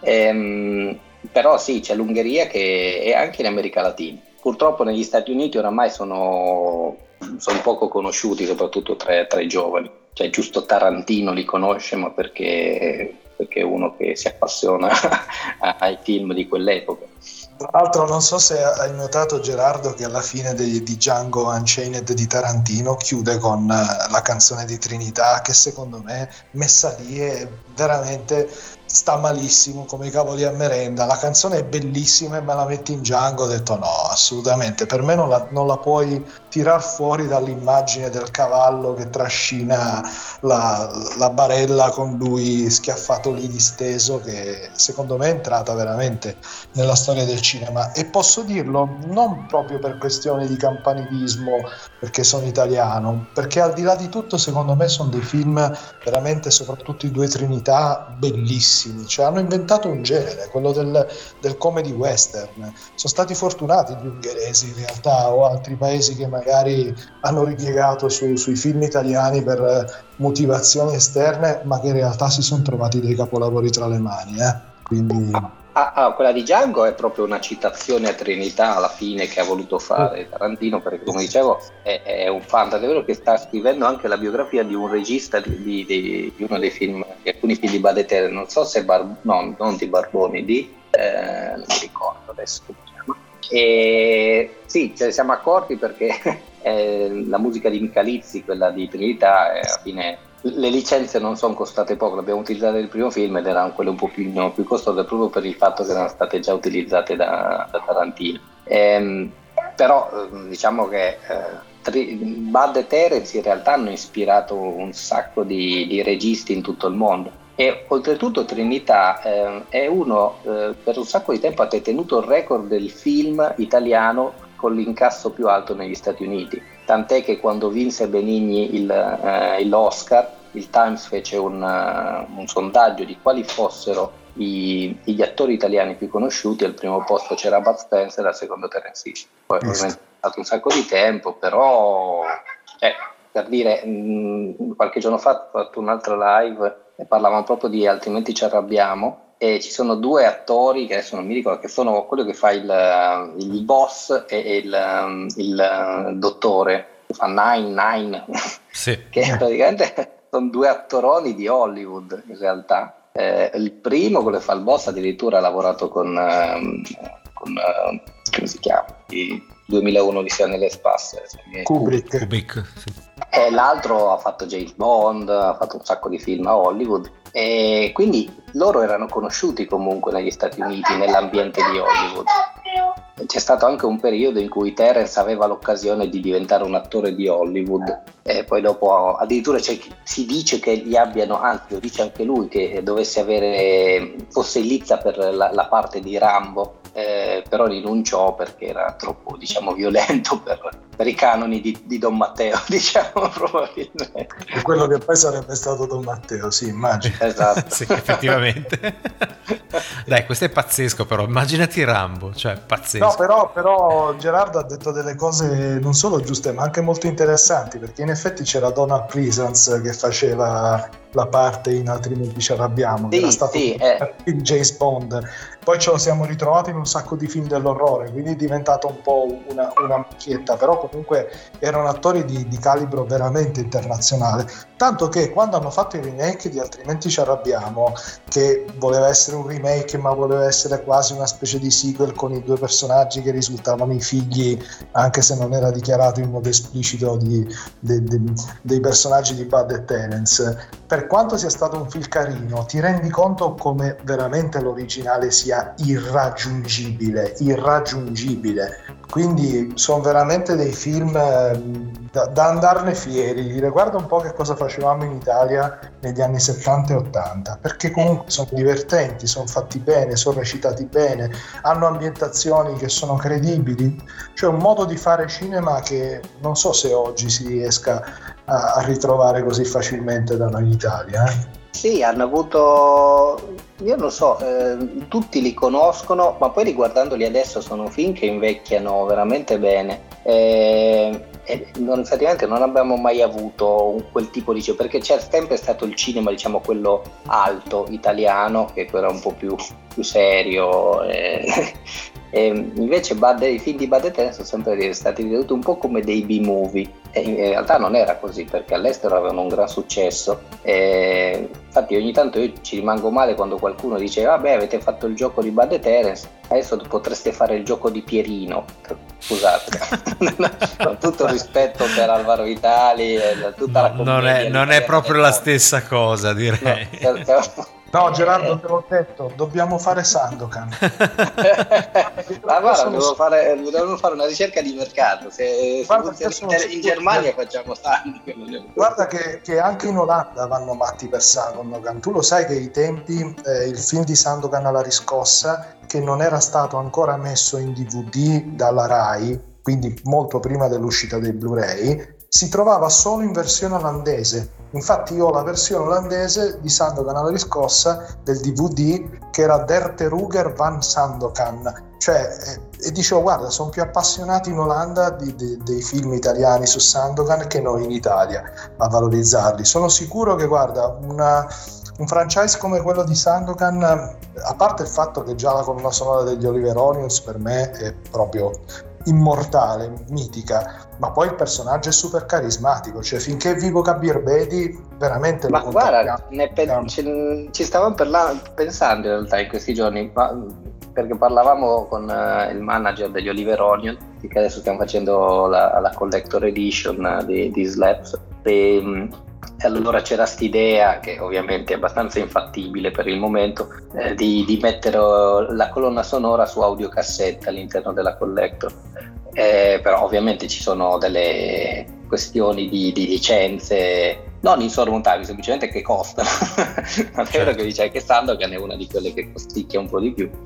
Ehm, però sì, c'è l'Ungheria che è anche in America Latina. Purtroppo negli Stati Uniti oramai sono, sono poco conosciuti, soprattutto tra, tra i giovani. Cioè giusto Tarantino li conosce, ma perché, perché è uno che si appassiona ai film di quell'epoca. Tra l'altro non so se hai notato, Gerardo, che alla fine di, di Django Unchained di Tarantino chiude con la canzone di Trinità, che secondo me messa lì è veramente sta malissimo come i cavoli a merenda. La canzone è bellissima e me la metti in Django, ho detto no, assolutamente, per me non la, non la puoi tirar fuori dall'immagine del cavallo che trascina la, la barella con lui schiaffato lì disteso, che secondo me è entrata veramente nella storia del cinema. E posso dirlo non proprio per questioni di campanilismo, perché sono italiano, perché al di là di tutto secondo me sono dei film veramente, soprattutto i due Trinità, bellissimi. Cioè hanno inventato un genere, quello del, del comedy western. Sono stati fortunati gli ungheresi in realtà, o altri paesi che magari hanno ripiegato su, sui film italiani per motivazioni esterne, ma che in realtà si sono trovati dei capolavori tra le mani, eh? Quindi Ah, ah, quella di Django è proprio una citazione a Trinità alla fine che ha voluto fare Tarantino, perché come dicevo è, è un fan, è vero che sta scrivendo anche la biografia di un regista di, di, di uno dei film, di alcuni film di Bud Spencer, non so se Bar, no, non di Barboni, di eh, non mi ricordo adesso come si chiama. E sì, ce ne siamo accorti perché eh, la musica di Michalizzi, quella di Trinità, eh, alla fine le licenze non sono costate poco, le abbiamo utilizzate nel primo film ed erano quelle un po' più, no, più costose proprio per il fatto che erano state già utilizzate da, da Tarantino. Ehm, però diciamo che eh, Bud e Terence in realtà hanno ispirato un sacco di, di registi in tutto il mondo, e oltretutto Trinità eh, è uno eh, per un sacco di tempo ha detenuto il record del film italiano con l'incasso più alto negli Stati Uniti, tant'è che quando vinse Benigni il, eh, l'Oscar, il Times fece un, uh, un sondaggio di quali fossero i, gli attori italiani più conosciuti. Al primo posto c'era Bud Spencer, al secondo Terence Hill. Poi ovviamente è stato un sacco di tempo, però eh, per dire, mh, qualche giorno fa ho fatto un'altra live e parlavamo proprio di Altrimenti ci arrabbiamo, e ci sono due attori che adesso non mi ricordo, che sono quello che fa il, il boss e il, il dottore, che fa Nine Nine, sì. Che praticamente sono due attoroni di Hollywood in realtà. Eh, il primo, quello che fa il boss, addirittura ha lavorato con, um, con uh, come si chiama? I duemilauno Odissea nelle spasse, Kubrick, Kubrick sì. E l'altro ha fatto James Bond, ha fatto un sacco di film a Hollywood, e quindi loro erano conosciuti comunque negli Stati Uniti, nell'ambiente di Hollywood. C'è stato anche un periodo in cui Terence aveva l'occasione di diventare un attore di Hollywood, e poi dopo addirittura c'è, si dice che gli abbiano, anzi lo dice anche lui, che dovesse avere, fosse in lizza per la, la parte di Rambo, eh, però rinunciò perché era troppo, diciamo, violento per, per i canoni di, di Don Matteo, diciamo, probabilmente. E quello che poi sarebbe stato Don Matteo, sì, immagino. Esatto. Sì, effettivamente. Dai, questo è pazzesco, però immaginati Rambo, cioè pazzesco. No, però, però Gerardo ha detto delle cose non solo giuste ma anche molto interessanti, perché in effetti c'era Donald Pleasence che faceva la parte in Altrimenti ci arrabbiamo, sì, che era stato sì, eh. il James Bond. Poi ce lo siamo ritrovati in un sacco di film dell'orrore, quindi è diventato un po' una, una macchietta, però comunque erano attori di, di calibro veramente internazionale, tanto che quando hanno fatto il remake di Altrimenti ci arrabbiamo, che voleva essere un remake ma voleva essere quasi una specie di sequel con i due personaggi che risultavano i figli, anche se non era dichiarato in modo esplicito, di, de, de, dei personaggi di Bud e Terence. Per quanto sia stato un film carino, ti rendi conto come veramente l'originale sia irraggiungibile, irraggiungibile. Quindi sono veramente dei film da, da andarne fieri. Riguarda un po' che cosa facevamo in Italia negli anni settanta e ottanta, perché comunque sono divertenti, sono fatti bene, sono recitati bene, hanno ambientazioni che sono credibili, cioè un modo di fare cinema che non so se oggi si riesca a, a ritrovare così facilmente da noi in Italia. Eh? Sì, hanno avuto, io non so, eh, tutti li conoscono, ma poi riguardandoli adesso sono film che invecchiano veramente bene. Eh, e non, effettivamente non abbiamo mai avuto un, quel tipo di, perché c'è sempre stato il cinema, diciamo quello alto italiano, che era un po' più, più serio. Eh, e invece Bud, i film di Bud e Terence sono sempre stati veduti un po' come dei B-movie, e in realtà non era così, perché all'estero avevano un gran successo. E infatti ogni tanto io ci rimango male quando qualcuno dice vabbè, avete fatto il gioco di Bud e Terence, adesso potreste fare il gioco di Pierino. Scusate, con tutto il rispetto per Alvaro Vitali e tutta no, la non è, non è proprio la stessa cosa, direi. No, per, per... No, Gerardo, te l'ho detto, dobbiamo fare Sandokan. Ma guarda, devo fare, devo fare una ricerca di mercato. Se, se sono in, in Germania facciamo Sandokan. Guarda che, che anche in Olanda vanno matti per Sandokan. Tu lo sai che ai tempi eh, il film di Sandokan alla riscossa, che non era stato ancora messo in D V D dalla Rai, quindi molto prima dell'uscita dei Blu-ray, si trovava solo in versione olandese. Infatti io ho la versione olandese di Sandokan alla riscossa del D V D, che era Der Terugger van Sandokan, cioè, e, e dicevo guarda, sono più appassionati in Olanda di, di, dei film italiani su Sandokan che noi in Italia a valorizzarli. Sono sicuro che guarda, una, un franchise come quello di Sandokan, a parte il fatto che già la colonna sonora degli Oliver Onions per me è proprio immortale, mitica, ma poi il personaggio è super carismatico, cioè finché è vivo Kabir Bedi veramente ma lo guarda, ne pe- ci, ci stavamo parla- pensando in realtà in questi giorni, ma, perché parlavamo con uh, il manager degli Oliver Onion, che adesso stiamo facendo la, la collector edition di, di Slaps, e um, allora c'era st'idea, che ovviamente è abbastanza infattibile per il momento, eh, di, di mettere la colonna sonora su audiocassetta all'interno della collector. Eh, però ovviamente ci sono delle questioni di, di licenze non insormontabili, semplicemente che costano. Ma è vero che dice che Sandokan è una di quelle che costicchia un po' di più,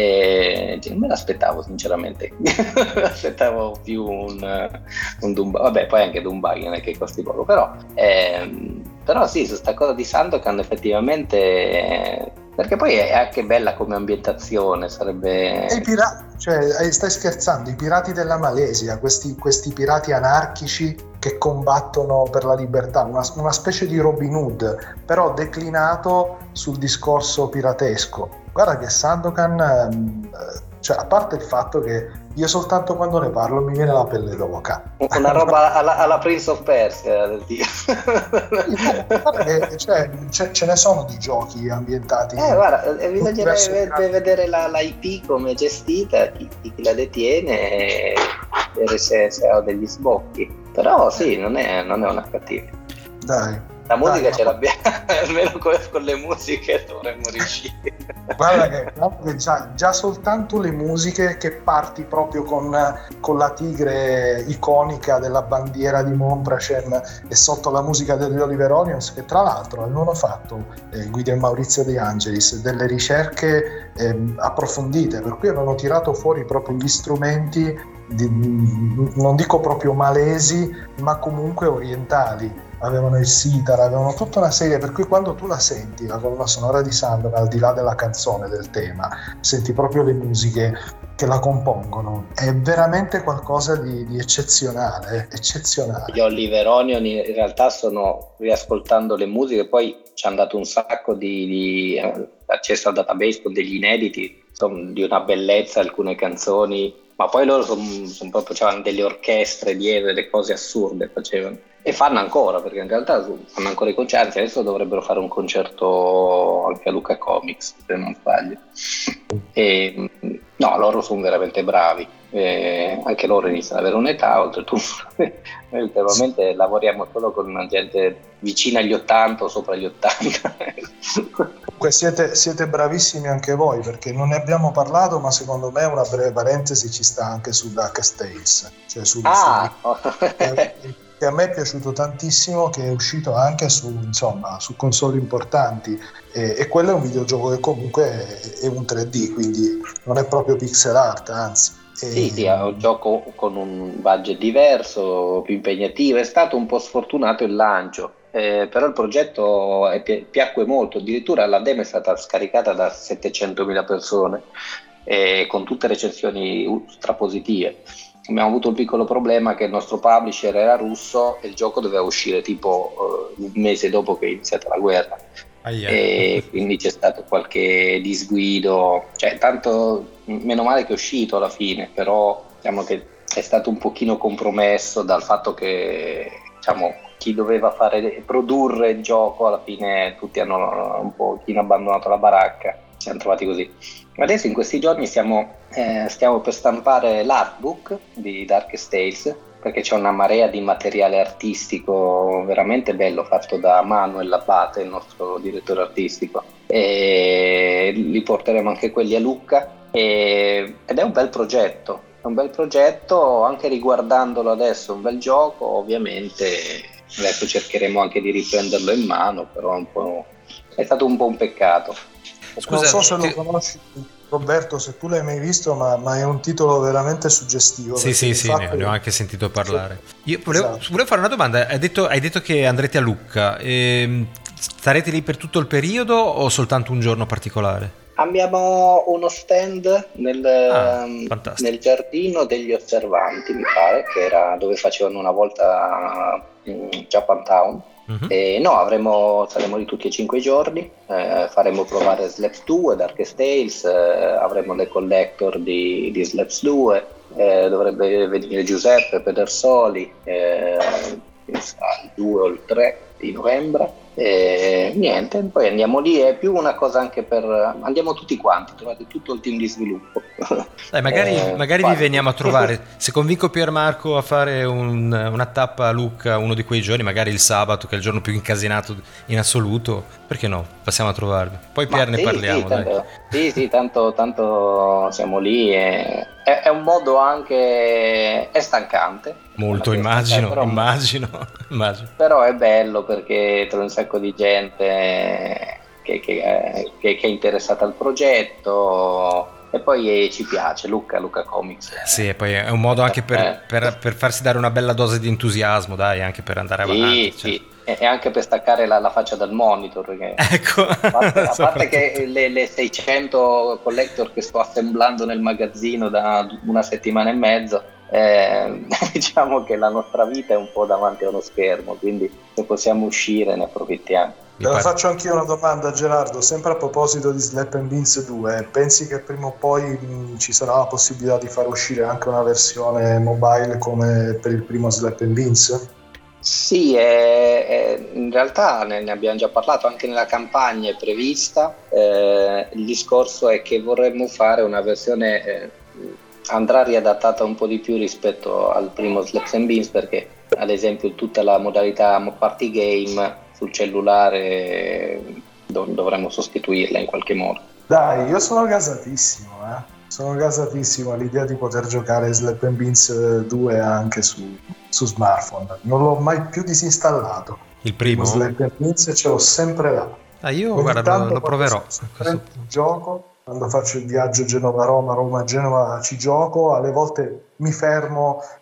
e non me l'aspettavo sinceramente. Me l'aspettavo più un, un Dumba, vabbè, poi anche Dumbai non è che costi poco, però ehm, però sì, su sta cosa di Sandokan effettivamente, perché poi è anche bella come ambientazione, sarebbe... E i pirati, cioè stai scherzando, i pirati della Malesia, questi, questi pirati anarchici che combattono per la libertà, una, una specie di Robin Hood, però declinato sul discorso piratesco. Guarda che Sandokan, cioè, a parte il fatto che io soltanto quando ne parlo mi viene la pelle d'oca. Una roba alla, alla Prince of Persia. Guarda che, cioè, ce, ce ne sono di giochi ambientati. Eh, guarda, bisognerebbe vedere la, la I P come è gestita, chi, chi la detiene e vedere se, se ha degli sbocchi. Però sì, non è, non è una cattiva. Dai. La musica Dai, ce no. l'abbiamo, almeno con, con le musiche dovremmo riuscire. Guarda che già, già soltanto le musiche, che parti proprio con, con la tigre iconica della bandiera di Monpracem e sotto la musica degli Oliver Onions, che tra l'altro avevano fatto eh, Guido e Maurizio De Angelis delle ricerche eh, approfondite, per cui avevano tirato fuori proprio gli strumenti di, non dico proprio malesi, ma comunque orientali. avevano il sitar, avevano tutta una serie, per cui quando tu la senti, la colonna sonora di Sandman, al di là della canzone, del tema, senti proprio le musiche che la compongono, è veramente qualcosa di, di eccezionale, eccezionale. Gli Oliver Onion in realtà sono, riascoltando le musiche, poi ci hanno dato un sacco di, di accesso al database con degli inediti, sono di una bellezza alcune canzoni, ma poi loro sono son proprio, c'erano delle orchestre dietro, delle cose assurde facevano, e fanno ancora, perché in realtà fanno ancora i concerti. Adesso dovrebbero fare un concerto anche a Luca Comics, se non sbaglio. E, no, loro sono veramente bravi, e anche loro iniziano ad avere un'età, oltretutto noi ultimamente lavoriamo solo con gente vicina agli ottanta o sopra gli ottanta. Comunque siete, siete bravissimi anche voi, perché non ne abbiamo parlato, ma secondo me una breve parentesi ci sta anche su Darkest Tales, cioè sul, ah, sul, che, che a me è piaciuto tantissimo, che è uscito anche su, insomma, su console importanti, e, e quello è un videogioco che comunque è, è un tre D, quindi non è proprio pixel art, anzi. Sì, sì, è un gioco con un budget diverso, più impegnativo. È stato un po' sfortunato il lancio, eh, però il progetto è pi- piacque molto. Addirittura la demo è stata scaricata da settecentomila persone, eh, con tutte recensioni strapositive. Abbiamo avuto un piccolo problema, che il nostro publisher era russo e il gioco doveva uscire tipo uh, un mese dopo che è iniziata la guerra. Aia. E quindi c'è stato qualche disguido, cioè tanto meno male che è uscito alla fine, però diciamo che è stato un pochino compromesso dal fatto che, diciamo, chi doveva fare produrre il gioco alla fine tutti hanno un pochino abbandonato la baracca, ci siamo trovati così. Adesso in questi giorni stiamo, eh, stiamo per stampare l'artbook di Darkest Tales, perché c'è una marea di materiale artistico veramente bello fatto da Manuel Labate, il nostro direttore artistico, e li porteremo anche quelli a Lucca, e, ed è un bel progetto, è un bel progetto, anche riguardandolo adesso è un bel gioco. Ovviamente adesso cercheremo anche di riprenderlo in mano, però è, un po', è stato un po' un peccato. Scusa, non so se lo conosci, Roberto, se tu l'hai mai visto, ma, ma è un titolo veramente suggestivo. Sì, sì, sì, ne, ne ho anche sentito parlare. Io volevo, esatto. volevo fare una domanda. Hai detto, hai detto che andrete a Lucca. E starete lì per tutto il periodo o soltanto un giorno particolare? Abbiamo uno stand nel, ah, nel giardino degli osservanti, mi pare, che era dove facevano una volta in Japantown. Uh-huh. E no, avremo, saremo lì tutti e cinque i giorni, eh, faremo provare Slaps due, Darkest Tales, eh, avremo le collector di, di Slaps due, eh, dovrebbe venire Giuseppe Pedersoli, eh, il due o il tre di novembre, e niente, poi andiamo lì. È più una cosa anche per, andiamo tutti quanti, trovate tutto il team di sviluppo. Dai, magari, eh, magari vi veniamo a trovare, se convinco Piermarco a fare un, una tappa a Lucca uno di quei giorni, magari il sabato, che è il giorno più incasinato in assoluto, perché no, passiamo a trovarvi, poi Pier ne sì, parliamo. Sì, tanto, sì, sì, tanto, tanto siamo lì, e è, è un modo anche, è stancante. Molto, immagino, però, immagino, immagino. Però è bello perché trovi un sacco di gente che, che, che, che è interessata al progetto, e poi eh, ci piace Luca, Luca Comics. Sì, e poi è un modo anche per, eh. per, per farsi dare una bella dose di entusiasmo, dai, anche per andare sì, avanti. Sì, cioè. sì. E anche per staccare la, la faccia dal monitor, che, ecco. a parte, a parte che le, le seicento collector che sto assemblando nel magazzino da una settimana e mezzo, eh, diciamo che la nostra vita è un po' davanti a uno schermo, quindi se possiamo uscire ne approfittiamo. Te la faccio anch'io una domanda, Gerardo, sempre a proposito di Slap and Beans due, pensi che prima o poi mh, ci sarà la possibilità di far uscire anche una versione mobile come per il primo Slap and Beans? Sì, è, è, in realtà ne, ne abbiamo già parlato, anche nella campagna è prevista, eh, il discorso è che vorremmo fare una versione, eh, andrà riadattata un po' di più rispetto al primo Slaps and Beans, perché ad esempio tutta la modalità party game sul cellulare dov- dovremmo sostituirla in qualche modo. Dai, io sono gasatissimo, eh. Sono gasatissimo all'idea di poter giocare Slap and Beans due anche su, su smartphone. Non l'ho mai più disinstallato. Il primo? Slap and Beans ce l'ho sempre là. Ah, io Ogni guarda, lo, lo proverò. Questo... gioco, quando faccio il viaggio Genova-Roma, Roma-Genova ci gioco, alle volte mi fermo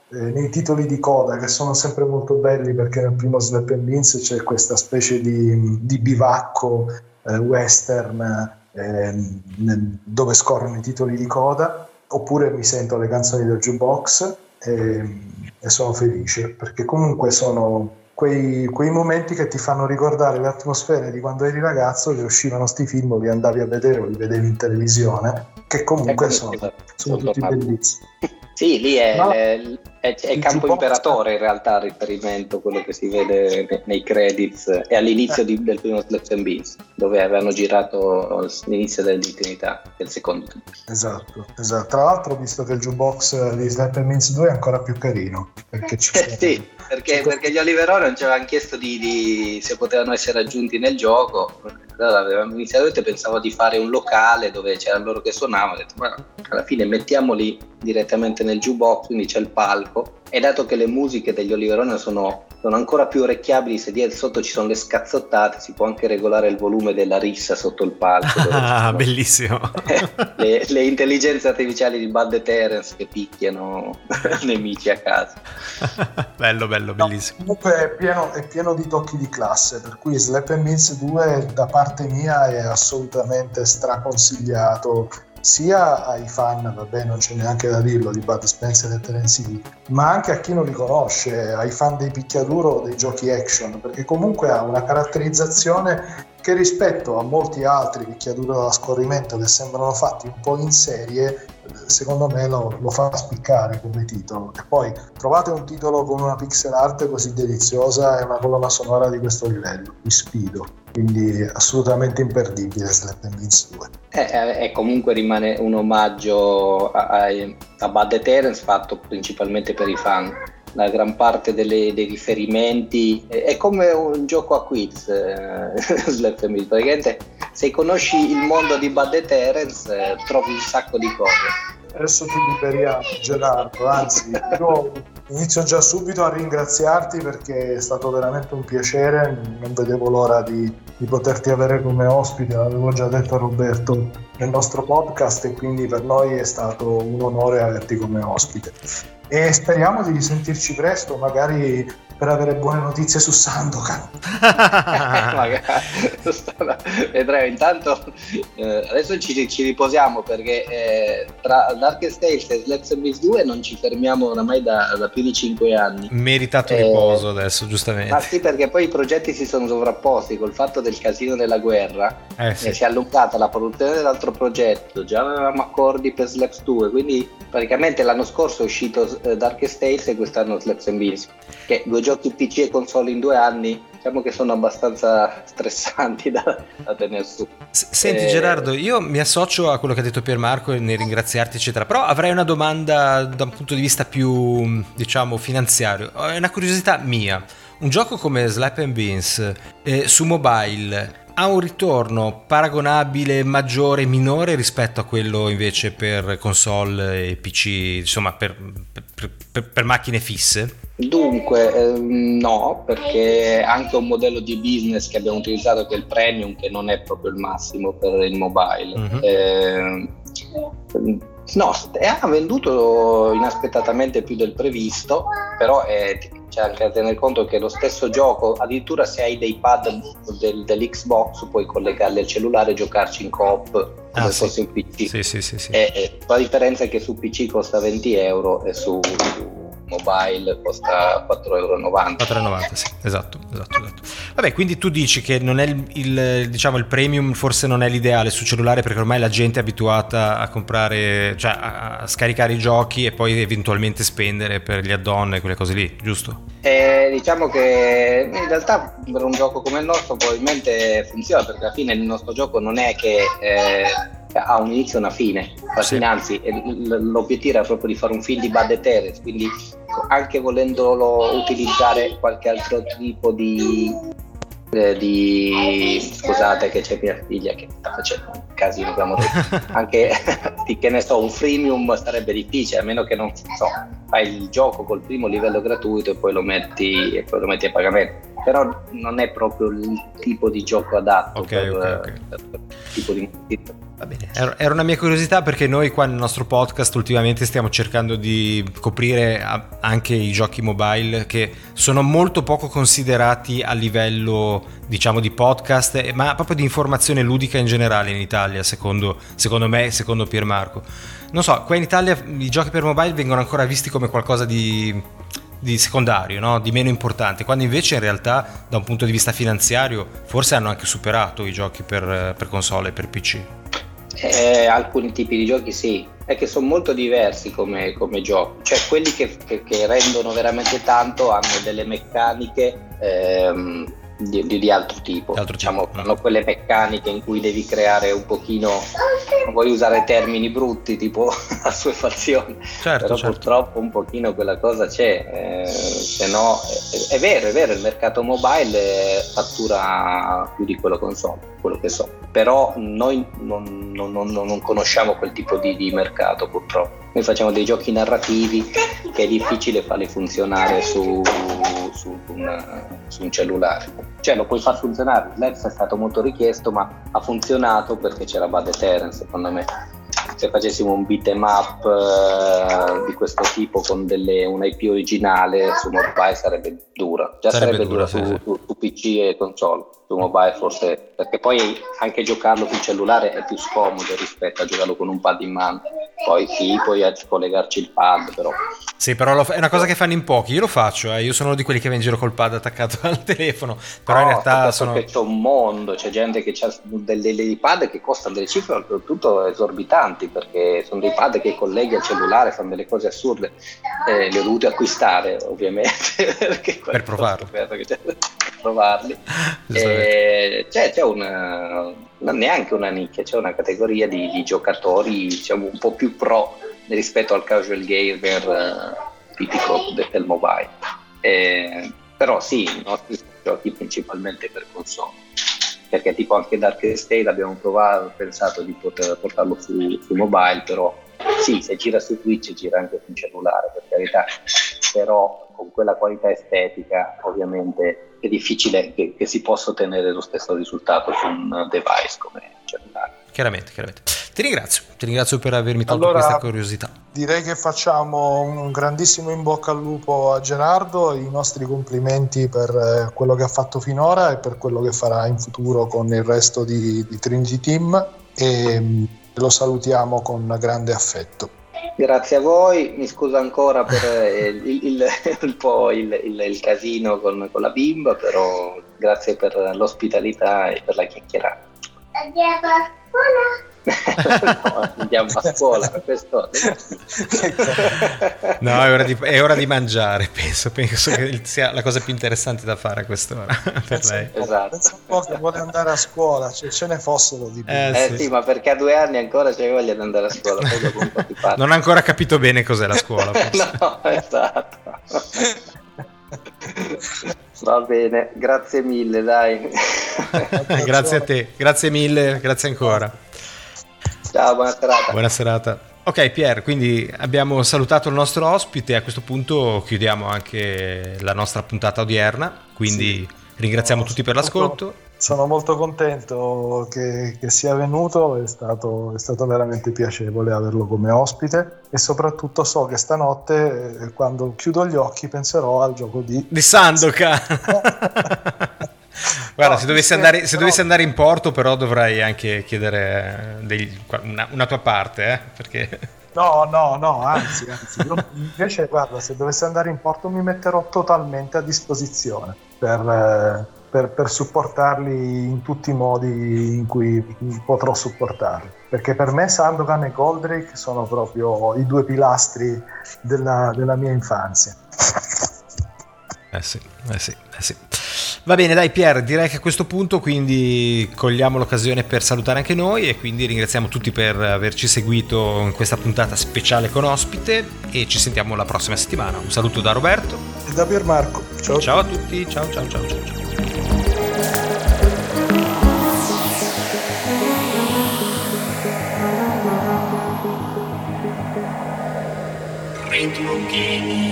eh, nei titoli di coda, che sono sempre molto belli, perché nel primo Slap and Beans c'è questa specie di, di bivacco eh, western eh, dove scorrono i titoli di coda, oppure mi sento le canzoni del jukebox e, e sono felice, perché comunque sono quei, quei momenti che ti fanno ricordare le atmosfere di quando eri ragazzo, che uscivano sti film, o li andavi a vedere o li vedevi in televisione, che comunque sono, sono, sono tutti bellissimi. Sì, lì è, No, è, è, è Campo jukebox, Imperatore in realtà il riferimento, quello che si vede nei, nei credits e all'inizio di, del primo Slaps and Beans, dove avevano girato l'inizio dell'infinità del secondo. esatto, esatto. Tra l'altro ho visto che il jukebox di Slap and Beans due è ancora più carino, perché ci sono, Sì, perché, perché gli Oliverone ci avevano chiesto di, di, se potevano essere aggiunti nel gioco. Allora, inizialmente pensavo di fare un locale dove c'erano loro che suonavano, ho detto ma alla fine mettiamoli direttamente nel jukebox, quindi c'è il palco, e dato che le musiche degli Oliverone sono, sono ancora più orecchiabili, se dietro sotto ci sono le scazzottate, si può anche regolare il volume della rissa sotto il palco. Ah, bellissimo. le, le intelligenze artificiali di Bud e Terence che picchiano nemici a casa. Bello, bello, bellissimo. No, comunque è pieno, è pieno di tocchi di classe, per cui Slap and Beans due da parte mia è assolutamente straconsigliato, sia ai fan, vabbè non c'è neanche da dirlo, di Bud Spencer e Terence Hill, ma anche a chi non li conosce, ai fan dei picchiaduro o dei giochi action, perché comunque ha una caratterizzazione che rispetto a molti altri picchiaduro da scorrimento che sembrano fatti un po' in serie, secondo me lo, lo fa spiccare come titolo. E poi trovate un titolo con una pixel art così deliziosa e una colonna sonora di questo livello, vi sfido, quindi assolutamente imperdibile Slap and Beans due. E eh, comunque rimane un omaggio a, a, a Bud e Terence fatto principalmente per i fan. La gran parte delle, dei riferimenti è, è come un gioco a quiz, eh, Slap and Beans. Praticamente se conosci il mondo di Bud e Terence eh, trovi un sacco di cose. Adesso ti liberiamo, Gerardo, anzi io inizio già subito a ringraziarti, perché è stato veramente un piacere, non vedevo l'ora di, di poterti avere come ospite, l'avevo già detto a Roberto nel nostro podcast, e quindi per noi è stato un onore averti come ospite. E speriamo di risentirci presto, magari per avere buone notizie su Sandokan. Magari vedremo. Intanto eh, adesso ci, ci riposiamo, perché eh, tra Darkest Tales e Slap and Beans due non ci fermiamo oramai da, da più di cinque anni. Meritato eh, riposo adesso, giustamente. Ma sì, perché poi i progetti si sono sovrapposti col fatto del casino della guerra, eh, sì. eh, si è allungata la produzione dell'altro progetto, già avevamo accordi per Slaps due, quindi praticamente l'anno scorso è uscito eh, Darkest Tales e quest'anno Slaps and Beans, che due giochi P C e console in due anni, diciamo che sono abbastanza stressanti da, da tenere su. S- Senti eh... Gerardo, io mi associo a quello che ha detto Piermarco nel ringraziarti eccetera, però avrei una domanda da un punto di vista più, diciamo, finanziario. È una curiosità mia. Un gioco come Slap and Beans eh, su mobile ha un ritorno paragonabile, maggiore, minore rispetto a quello invece per console e P C, insomma per, per, per, per macchine fisse? Dunque eh, no, perché anche un modello di business che abbiamo utilizzato, che è il premium, che non è proprio il massimo per il mobile, mm-hmm. eh, no, ha venduto inaspettatamente più del previsto, però è, c'è anche da tenere conto che lo stesso gioco, addirittura se hai dei pad del, dell'Xbox puoi collegarli al cellulare e giocarci in coop come ah, fosse sì. in P C. Sì, sì, sì, sì. E, e la differenza è che su P C costa venti euro e su mobile costa quattro virgola novanta euro. quattro virgola novanta, sì, esatto, esatto, esatto. Vabbè, quindi tu dici che non è il, il diciamo il premium, forse non è l'ideale su cellulare, perché ormai la gente è abituata a comprare, cioè a, a scaricare i giochi e poi eventualmente spendere per gli add-on e quelle cose lì, giusto? Eh, diciamo che in realtà per un gioco come il nostro probabilmente funziona, perché alla fine il nostro gioco non è che eh, ha un inizio e una fine, alla sì. fine, anzi l'obiettivo era proprio di fare un film di Bud e Terence, quindi anche volendolo utilizzare qualche altro tipo di, eh, di scusate che c'è mia figlia che sta facendo un casino, abbiamo detto anche che ne so, un freemium sarebbe difficile, a meno che non so, fai il gioco col primo livello gratuito e poi lo metti e poi lo metti a pagamento, però non è proprio il tipo di gioco adatto okay, per, okay, okay. per, per tipo di Va bene, era una mia curiosità perché noi qua nel nostro podcast ultimamente stiamo cercando di coprire anche i giochi mobile che sono molto poco considerati a livello, diciamo, di podcast, ma proprio di informazione ludica in generale in Italia, secondo, secondo me e secondo Piermarco. Non so, qua in Italia i giochi per mobile vengono ancora visti come qualcosa di, di secondario, no? Di meno importante, quando invece in realtà da un punto di vista finanziario forse hanno anche superato i giochi per, per console e per P C. Eh, alcuni tipi di giochi sì, è che sono molto diversi come, come giochi, cioè quelli che, che, che rendono veramente tanto hanno delle meccaniche ehm, di, di, di altro tipo, altro diciamo, tipo. hanno quelle meccaniche in cui devi creare un pochino, non voglio usare termini brutti tipo assuefazione, certo, però certo. purtroppo un pochino quella cosa c'è, eh, se no è, è vero, è vero, il mercato mobile fattura più di quello console, quello che so, però noi non, non, non, non conosciamo quel tipo di, di mercato purtroppo. Noi facciamo dei giochi narrativi che è difficile farli funzionare su, su, un, su un cellulare, cioè lo puoi far funzionare, l'E X è stato molto richiesto ma ha funzionato perché c'era Bad Etheren, secondo me. Se facessimo un beat 'em up uh, di questo tipo con delle, un I P originale su mobile sarebbe dura, già sarebbe, sarebbe dura, dura su, sì, su, su P C e console, su mobile forse, perché poi anche giocarlo sul cellulare è più scomodo rispetto a giocarlo con un pad in mano, poi sì, puoi collegarci il pad, però sì, però lo, è una cosa che fanno in pochi, io lo faccio, eh. Io sono uno di quelli che va in giro col pad attaccato al telefono, però no, in realtà sono... che c'è un mondo, c'è gente che ha delle, dei pad che costano delle cifre tutto esorbitanti, perché sono dei pad che colleghi al cellulare, fanno delle cose assurde, eh, li ho dovuti acquistare ovviamente perché per provarlo, per provarli. E c'è, c'è una, non neanche una nicchia, c'è una categoria di, di giocatori, diciamo, un po' più pro rispetto al casual gamer uh, tipico del mobile, eh, però sì, i nostri giochi principalmente per console, perché tipo anche Dark State abbiamo provato, pensato di poter portarlo su, su mobile, però sì, se gira su Twitch gira anche su cellulare, per carità, però con quella qualità estetica ovviamente è difficile che, che si possa ottenere lo stesso risultato su un device come cellulare. Chiaramente, chiaramente. Ti ringrazio, ti ringrazio per avermi tolto allora, questa curiosità. Direi che facciamo un grandissimo in bocca al lupo a Gerardo, i nostri complimenti per quello che ha fatto finora e per quello che farà in futuro con il resto di, di Trinity Team, e lo salutiamo con grande affetto. Grazie a voi, mi scuso ancora per il, il, un po' il, il, il casino con, con la bimba, però grazie per l'ospitalità e per la chiacchierata. Andiamo a scuola? No, andiamo a scuola, questo... No, è ora, di, è ora di mangiare, penso, penso che sia la cosa più interessante da fare a quest'ora per penso lei. Esatto. Penso un po' che vuole andare a scuola, cioè, ce ne fossero di più. Eh, eh sì, sì, ma perché a due anni ancora c'è voglia di andare a scuola, poi dopo un po' ti passa. Non ha ancora capito bene cos'è la scuola, forse. No, esatto. Va bene, grazie mille, dai. Grazie a te, grazie mille, grazie ancora. Ciao, buona serata. Buona serata. Ok Pier, quindi abbiamo salutato il nostro ospite e a questo punto chiudiamo anche la nostra puntata odierna, quindi sì, ringraziamo no, tutti per l'ascolto. Sono molto contento che, che sia venuto, è stato, è stato veramente piacevole averlo come ospite e soprattutto so che stanotte eh, quando chiudo gli occhi penserò al gioco di, di Sandokan. Guarda, no, se, dovessi andare, se però... dovessi andare in porto però dovrai anche chiedere dei, una, una tua parte, eh? Perché... No, no, no, anzi, anzi io invece guarda, se dovessi andare in porto mi metterò totalmente a disposizione per... Eh, Per, per supportarli in tutti i modi in cui potrò supportarli, perché per me Sandokan e Goldrake sono proprio i due pilastri della, della mia infanzia. Eh sì, eh sì, eh sì. Va bene, dai Pier, direi che a questo punto quindi cogliamo l'occasione per salutare anche noi e quindi ringraziamo tutti per averci seguito in questa puntata speciale con ospite e ci sentiamo la prossima settimana. Un saluto da Roberto e da Piermarco. Ciao, ciao a tutti, ciao ciao ciao ciao. ciao. Retro Gaming